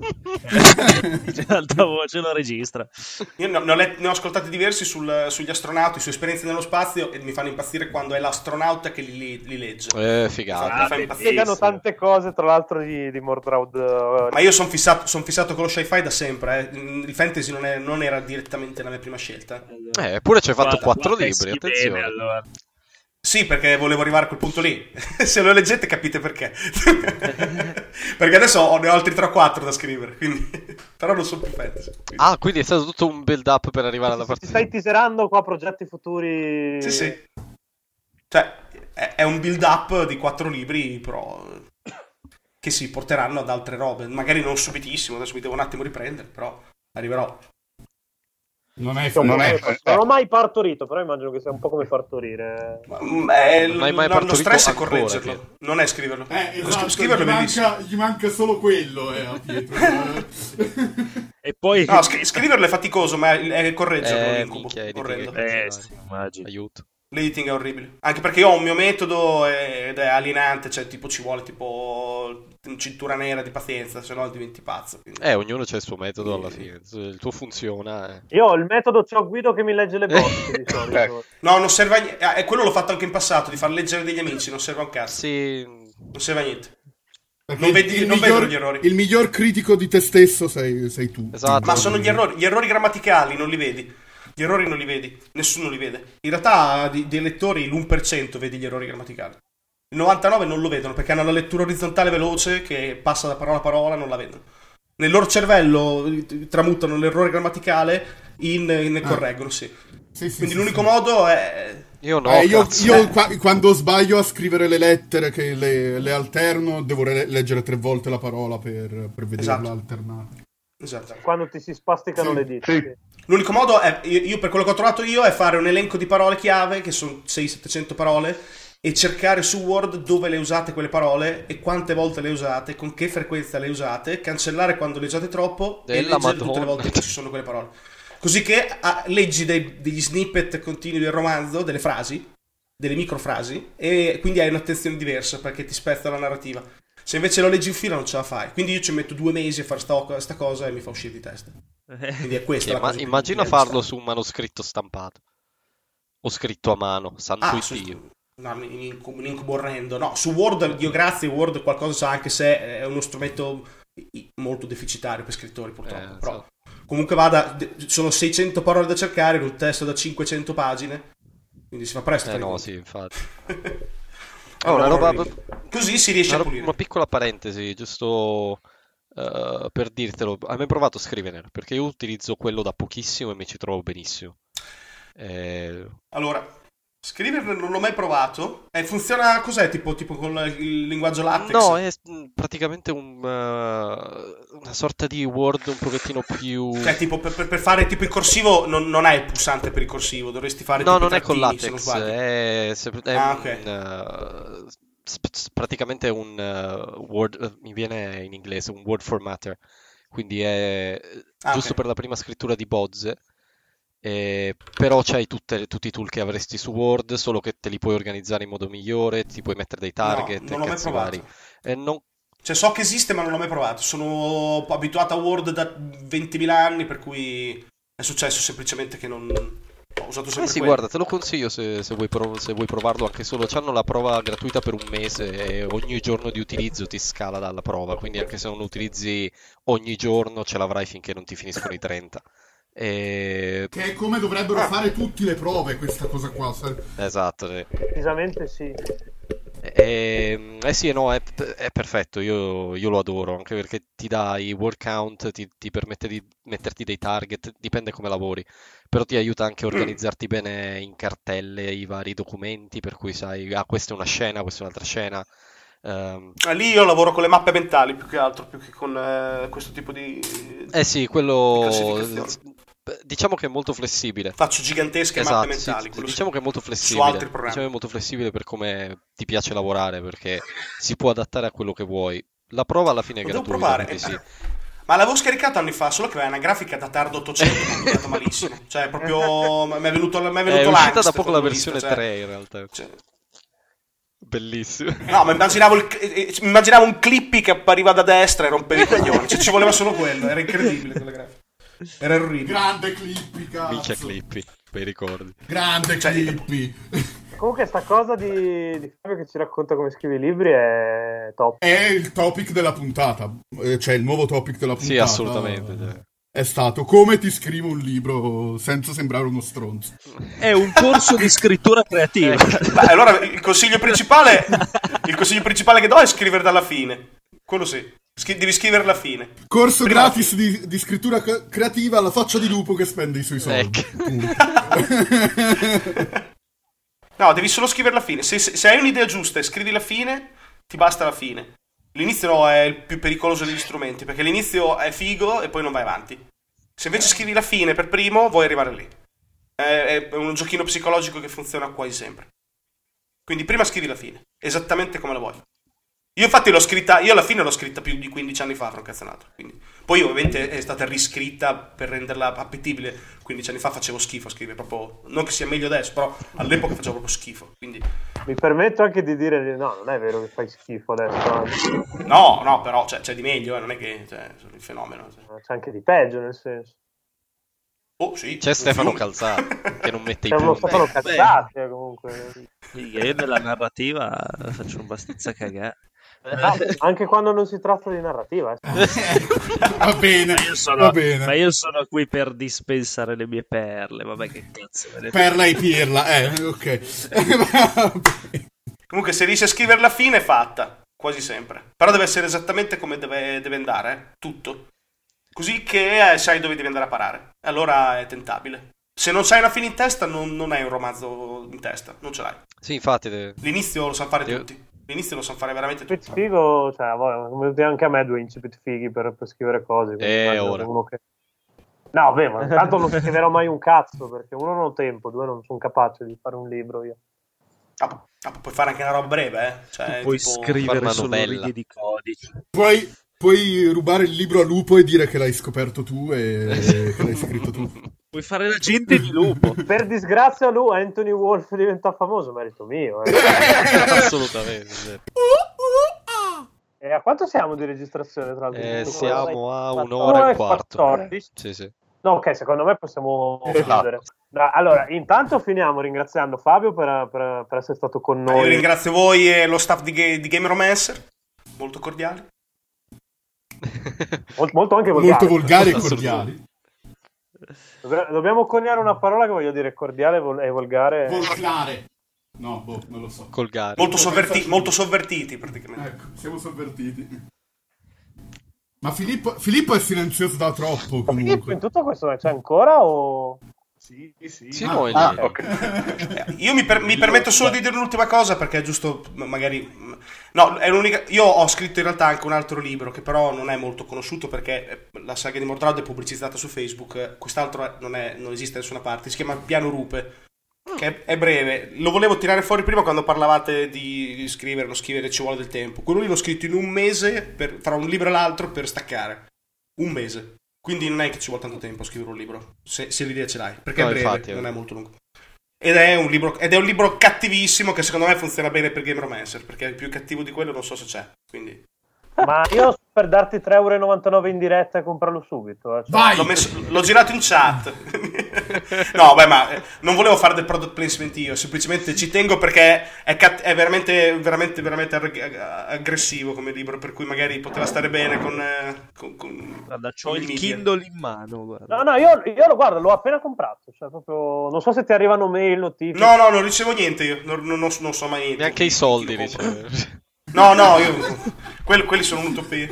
L'alta voce lo registra. Io ne ho ascoltati diversi sugli astronauti, su esperienze nello spazio, e mi fanno impazzire quando è l'astronauta che li legge. Figata. Fa impazzire. Spiegano tante cose, tra l'altro, di Mordroud. Ma io sono fissato con lo sci-fi da sempre. Il fantasy non era direttamente la mia prima scelta. Eppure ci hai fatto 4 Guarda, libri, sì, attenzione. bene, allora. Sì, perché volevo arrivare a quel punto lì. Se lo leggete capite perché. Perché adesso ne ho altri 3-4 da scrivere, quindi... però non sono più fantasy. Quindi... Ah, quindi è stato tutto un build up per arrivare alla Ti partita. stai teaserando qua progetti futuri? Sì. Cioè, è un build up di 4 libri, però... che si porteranno ad altre robe. Magari non subitissimo, adesso mi devo un attimo riprendere, però arriverò. Non è Non è- Non ho mai partorito, però immagino che sia un po' come partorire. Non hai mai Lo partorito stress è ancora, correggerlo, Pietro. non è scriverlo. Esatto, Scriverlo è bellissimo. gli manca solo quello a Pietro. E poi... No, scriverlo è faticoso, ma è correggerlo l'incubo. minchia, editing Orrendo. è sì, immagino. Aiuto. L'editing è orribile. Anche perché io ho un mio metodo ed è alienante, cioè tipo ci vuole tipo cintura nera di pazienza, se no diventi pazzo. Quindi... Ognuno c'ha il suo metodo alla fine. Il tuo funziona. Io ho il metodo c'ho Guido che mi legge le bozze di solito. No, non serve a niente. E quello l'ho fatto anche in passato, di far leggere degli amici, non serve a un cazzo. Sì. Non serve a niente. Perché Non vedo gli errori. Il miglior critico di te stesso sei tu. Esatto. Ma sono gli errori grammaticali, non li vedi. Gli errori non li vedi, nessuno li vede. In realtà dei lettori l'1% vedi gli errori grammaticali. Il 99% non lo vedono perché hanno la lettura orizzontale veloce che passa da parola a parola, non la vedono. Nel loro cervello tramutano l'errore grammaticale ne correggono, sì. Quindi l'unico modo è... Io no, io quando sbaglio a scrivere le lettere che le alterno devo leggere 3 volte la parola per vederla alternata. Esatto. Quando ti si spasticano le dita. Sì. L'unico modo è, io per quello che ho trovato io, è fare un elenco di parole chiave, che sono 600-700 parole, e cercare su Word dove le usate quelle parole e quante volte le usate, con che frequenza le usate, cancellare quando le usate troppo e leggere tutte le volte che ci sono quelle parole. Così che leggi degli snippet continui del romanzo, delle frasi, delle microfrasi, e quindi hai un'attenzione diversa perché ti spezza la narrativa. Se invece lo leggi in fila non ce la fai. Quindi io ci metto 2 mesi a fare sta cosa e mi fa uscire di testa. Quindi è questa la cosa. Immagina farlo su un manoscritto stampato. O scritto a mano, santo Dio. No, un incubo orrendo. No, su Word, Dio grazie, Word qualcosa sa, anche se è uno strumento molto deficitario per scrittori, purtroppo. Però comunque sono 600 parole da cercare in un testo da 500 pagine. Quindi si fa presto. No, sì, infatti. Una roba... Così si riesce a pulire. Una piccola parentesi, giusto per dirtelo. Hai mai provato Scrivener? Perché io utilizzo quello da pochissimo e mi ci trovo benissimo. Allora, Scrivener non l'ho mai provato. Funziona cos'è? Tipo con il linguaggio LaTeX? No, è praticamente una sorta di Word un pochettino più... Cioè, tipo per fare tipo il corsivo non hai il pulsante per il corsivo, dovresti fare no, tipo non è con trattini, LaTeX, ok. praticamente un Word, mi viene in inglese, un Word formatter, quindi è giusto per la prima scrittura di bozze. Però c'hai tutti i tool che avresti su Word, solo che te li puoi organizzare in modo migliore, ti puoi mettere dei target, non l'ho mai provato. Cioè, so che esiste ma non l'ho mai provato. Sono abituato a Word da 20.000 anni, per cui è successo semplicemente che non ho usato sempre sì, quello. guarda, te lo consiglio se vuoi provarlo anche solo. C'hanno la prova gratuita per un mese e ogni giorno di utilizzo ti scala dalla prova, quindi anche se non lo utilizzi ogni giorno ce l'avrai finché non ti finiscono i 30. Che è come dovrebbero fare tutte le prove, questa cosa qua. Esatto, sì. Precisamente sì. Sì, no, è perfetto, io lo adoro, anche perché ti dà i word count, ti permette di metterti dei target, dipende come lavori, però ti aiuta anche a organizzarti bene in cartelle i vari documenti, per cui sai, questa è una scena, questa è un'altra scena. Lì io lavoro con le mappe mentali più che altro, più che con questo tipo di sì, quello Diciamo che è molto flessibile. Faccio gigantesche Esatto, mappe mentali. diciamo che è molto Su flessibile. altri programmi. Diciamo che è molto flessibile per come ti piace lavorare, perché si può adattare a quello che vuoi. La prova alla fine è Lo devo gratuita, provare. quindi sì. Ma l'avevo scaricato anni fa, solo che aveva una grafica da tardo 800, ma è andato malissimo. Cioè, proprio mi è venuto È uscita l'angst da poco la quando l'ho versione vista, cioè. 3 in realtà. Cioè, Bellissimo. no, ma immaginavo un Clippy che appariva da destra e rompeva i coglioni. Cioè, ci voleva solo quello, era incredibile quella grafica. Era orribile. Grande Clippy, cazzo. Minchia Clippy, bei ricordi. Grande Clippy. Comunque sta cosa di Fabio che ci racconta come scrive i libri è top. È il topic della puntata, cioè il nuovo topic della puntata. Sì, assolutamente. Cioè. È stato come ti scrivo un libro senza sembrare uno stronzo. È un corso di scrittura creativa. Beh, allora il consiglio principale che do è scrivere dalla fine. Quello sì. Devi scrivere alla fine. Corso gratis di scrittura creativa alla faccia di lupo che spende i suoi soldi. No, devi solo scrivere la fine. Se hai un'idea giusta e scrivi la fine, ti basta la fine. L'inizio è il più pericoloso degli strumenti, perché l'inizio è figo e poi non vai avanti. Se invece scrivi la fine per primo, vuoi arrivare lì. È un giochino psicologico che funziona quasi sempre. Quindi prima scrivi la fine, esattamente come la vuoi. Io infatti io alla fine l'ho scritta più di 15 anni fa, francazzonato. Quindi. Poi ovviamente è stata riscritta per renderla appetibile. 15 anni fa facevo schifo a scrivere, proprio, non che sia meglio adesso, però all'epoca facevo proprio schifo. Quindi. Mi permetto anche di dire no, non è vero che fai schifo adesso. No, però c'è di meglio, non è che sono il fenomeno. C'è anche di peggio, nel senso. Oh, sì. C'è Stefano Calzati che non mette i C'è uno punti. Stefano Calzati, comunque. Io nella narrativa faccio abbastanza cagare. Anche quando non si tratta di narrativa. Va bene, va bene. Ma io sono qui per dispensare le mie perle. Vabbè, che cazzo. Perla e pirla, ok. Comunque, se riesci a scrivere la fine, è fatta. Quasi sempre. Però deve essere esattamente come deve andare, tutto. Così che sai dove devi andare a parare. Allora è tentabile. Se non sai una fine in testa, non hai un romanzo in testa. Non ce l'hai. Sì, infatti. L'inizio lo sanno fare tutti. L'inizio lo sanno fare veramente tutti. Incipit figo, cioè, sono venuti anche a me 2 incipit fighi per scrivere cose. Ora. Uno che... No, beh, ma intanto non scriverò mai un cazzo, perché 1 non ho tempo, 2 non sono capace di fare un libro io. Puoi fare anche una roba breve, cioè, puoi tipo... scrivere solo righe di codice. Puoi rubare il libro a Lupo e dire che l'hai scoperto tu e che l'hai scritto tu. Puoi fare l'agente di Lupo. Per disgrazia Anthony Wolf diventa famoso, merito mio. Assolutamente. E a quanto siamo di registrazione, tra l'altro? Siamo a 1 ora e un quarto. 14. Sì. No, ok, secondo me possiamo chiudere. Allora, intanto finiamo ringraziando Fabio per essere stato con noi. Io ringrazio voi e lo staff di Game Romancer, molto cordiali. Molto anche volgari. Molto volgari e cordiali. Dobbiamo coniare una parola che voglio dire cordiale e volgare. Volgare. No, non lo so. Colgare. Molto sovvertiti, praticamente. Ecco, siamo sovvertiti. Ma Filippo è silenzioso da troppo, comunque. Filippo in tutto questo c'è ancora o... Sì. Okay. Io mi permetto solo di dire un'ultima cosa, perché è giusto, magari... No, è l'unica... Io ho scritto in realtà anche un altro libro, che però non è molto conosciuto, perché la saga di Mordraud è pubblicizzata su Facebook. Quest'altro non esiste da nessuna parte. Si chiama Piano Rupe, che è breve. Lo volevo tirare fuori prima quando parlavate di scrivere, non scrivere, ci vuole del tempo. Quello lì l'ho scritto in un mese, fra un libro e l'altro, per staccare. Un mese. Quindi non è che ci vuole tanto tempo a scrivere un libro, se l'idea ce l'hai, perché è breve, infatti, non è molto lungo. Ed è un libro cattivissimo, che secondo me funziona bene per Game Romancer, perché il più cattivo di quello non so se c'è, quindi... Ma io per darti 3,99€ in diretta e comprarlo subito. Vai! L'ho girato in chat. No, beh, ma non volevo fare del product placement io, semplicemente ci tengo perché è veramente, veramente, veramente aggressivo come libro, per cui magari poteva stare bene con Guarda, c'ho il Kindle in mano, guarda. No, io lo guardo, l'ho appena comprato, cioè proprio non so se ti arrivano mail, notifiche. No, non ricevo niente io, non so mai niente. Neanche i soldi riceve. No, io quelli sono un'utopia.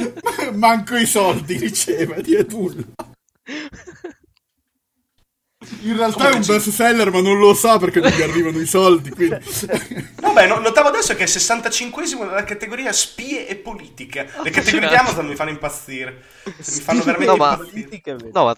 Manco i soldi riceve, di nulla. In realtà è un best seller, ma non lo sa perché non gli arrivano i soldi. Quindi. Vabbè, notavo adesso che è 65esimo nella categoria spie e politica. Le categorie di Amazon mi fanno impazzire. Mi fanno veramente impazzire. No, ma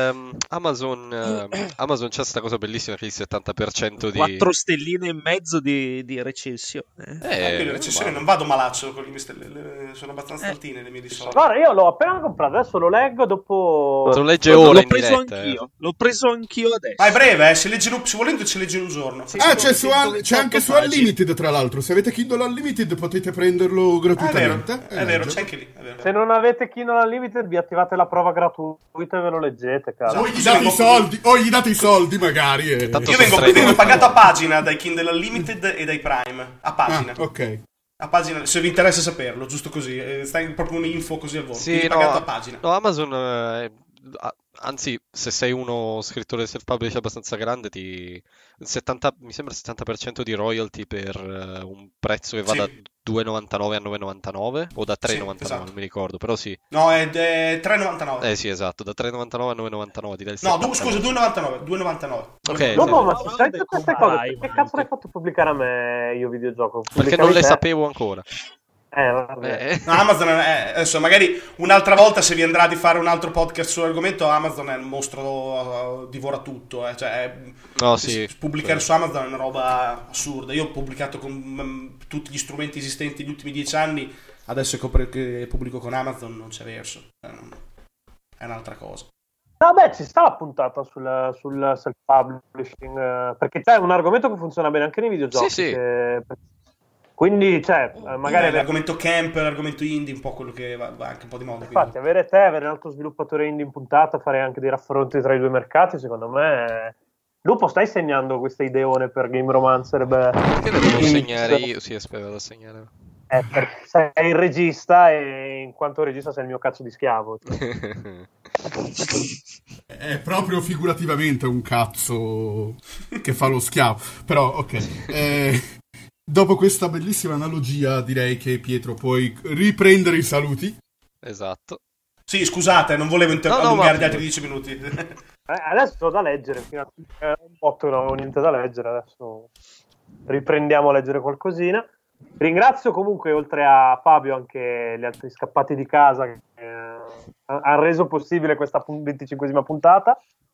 Amazon c'ha sta cosa bellissima che il 70% di 4 stelline e mezzo di recensione. Le recensioni non vado malaccio con sono abbastanza altine le mie di solito. Guarda, io l'ho appena comprato, adesso lo leggo dopo. Lo legge ora in preso diretta. anch'io. L'ho preso anch'io adesso. Ma è breve, se volendo ci legge in un giorno. C'è anche su Unlimited, tra l'altro. Se avete Kindle Unlimited potete prenderlo gratuitamente. È vero, c'è anche lì. È vero. Se non avete Kindle Unlimited, vi attivate la prova gratuita e ve lo leggete, cazzo. O gli date i soldi, magari. Io vengo pagato a pagina dai Kindle Unlimited e dai Prime. A pagina. Ok. A pagina, se vi interessa saperlo, giusto così. Stai proprio un'info così al volo. Sì, pagato a pagina. No, Amazon. Anzi, se sei uno scrittore self-publish abbastanza grande, mi sembra 70% di royalty per un prezzo che va da 2,99 a 9,99 o da 3,99, esatto. Non mi ricordo, però sì. No, è 3,99. Sì, esatto, da 3,99 a 9,99 ti dai il No, 70%. scusa, 2,99. Ok. Dopo, ma sai tutte queste cose? Che cazzo l'hai fatto pubblicare a me io videogioco? Perché non le sapevo ancora. Vabbè. No, Amazon adesso magari un'altra volta, se vi andrà di fare un altro podcast sull'argomento, Amazon è un mostro, divora tutto, pubblicare su Amazon è una roba assurda. Io ho pubblicato con tutti gli strumenti esistenti negli ultimi 10 anni, adesso che pubblico con Amazon non c'è verso, è un'altra cosa. Vabbè, ci sta la puntata sul self-publishing, perché c'è un argomento che funziona bene anche nei videogiochi. Sì. Quindi, magari l'argomento camp, l'argomento indie, un po' quello che va anche un po' di moda. Infatti, avere un altro sviluppatore indie in puntata, fare anche dei raffronti tra i due mercati, secondo me. Lupo, stai segnando questa ideone per Game Romancer? Perché le devo segnare io? Sì, aspetta, vado a segnare. Perché sei il regista e in quanto regista sei il mio cazzo di schiavo. È proprio figurativamente un cazzo che fa lo schiavo. Però, ok. Dopo questa bellissima analogia, direi che Pietro puoi riprendere i saluti. Esatto. Sì, scusate, non volevo allungare gli altri 10 minuti. Adesso ho da leggere, fino a un botto non avevo niente da leggere, adesso riprendiamo a leggere qualcosina. Ringrazio comunque, oltre a Fabio, anche gli altri scappati di casa che hanno reso possibile questa 25esima puntata.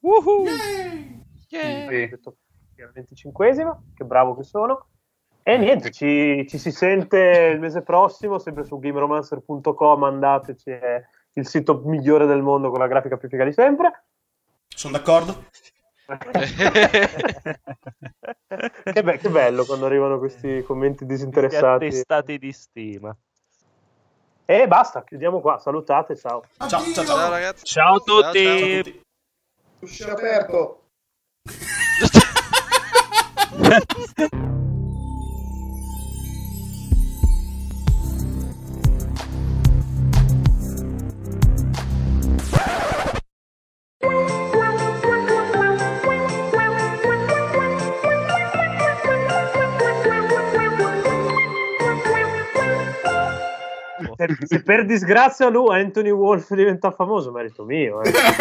Yeah. La 25esima, che bravo che sono. E niente, ci si sente il mese prossimo, sempre su gameromancer.com, andateci, è il sito migliore del mondo con la grafica più figa di sempre. Sono d'accordo. Che bello quando arrivano questi commenti disinteressati. Attestati di stima. E basta, chiudiamo qua, salutate, ciao. Ciao ragazzi. Ciao a tutti. Ciao a tutti. Uscire aperto. Se per disgrazia lui, Anthony Wolf, diventa famoso, merito mio.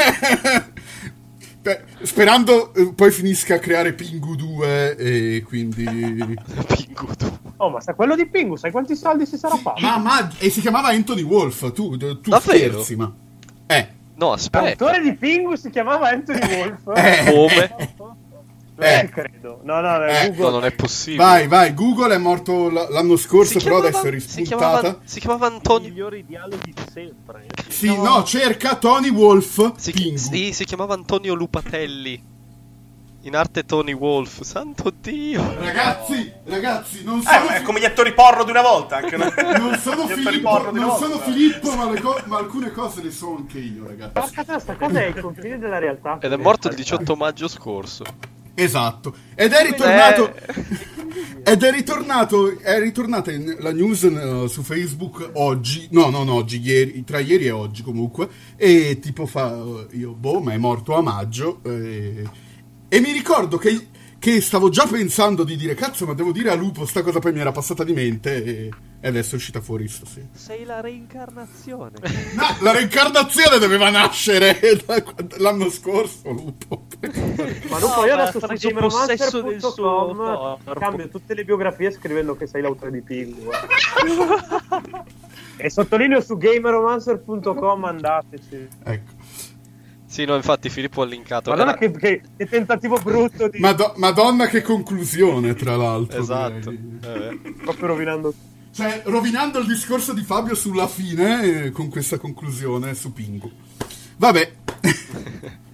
Sperando poi finisca a creare Pingu 2 e quindi... Pingu 2. Oh, ma sai quello di Pingu, sai quanti soldi si sarà fatto? E si chiamava Anthony Wolf, tu scherzi, ma... No, aspetta. L'autore di Pingu si chiamava Anthony Wolf? Come? Credo. No, Google. No, non è possibile. Vai, Google è morto l'anno scorso, però adesso è rispuntata. Si chiamava Antonio. I migliori dialoghi di sempre. Sì, no, cerca Tony Wolf. Sì, si chiamava Antonio Lupatelli. In arte Tony Wolf. Santo Dio. Ragazzi, non sono... è come gli attori porno di una volta. Anche non sono Filippo, ma alcune cose le so anche io, ragazzi. Porca questa cosa è il confine della realtà. Ed è morto il 18 maggio scorso. Esatto. Ed è ritornato... È ritornata la news su Facebook oggi. No, oggi, ieri, tra ieri e oggi comunque. E tipo ma è morto a maggio. E mi ricordo che stavo già pensando di dire, cazzo, ma devo dire a Lupo sta cosa, poi mi era passata di mente e adesso è uscita fuori sto sì. Sei la reincarnazione. No, la reincarnazione doveva nascere l'anno scorso, Lupo. Ma non poi adesso su preso possesso del suo gameromancer.com cambio tutte le biografie scrivendo che sei l'autore di Pingu. E sottolineo su gameromancer.com, andateci. Ecco. Sì, no, infatti Filippo ha linkato. Madonna, che tentativo brutto di... Madonna, che conclusione, tra l'altro. Esatto. Proprio rovinando. Cioè, rovinando il discorso di Fabio sulla fine con questa conclusione su Pingu. Vabbè.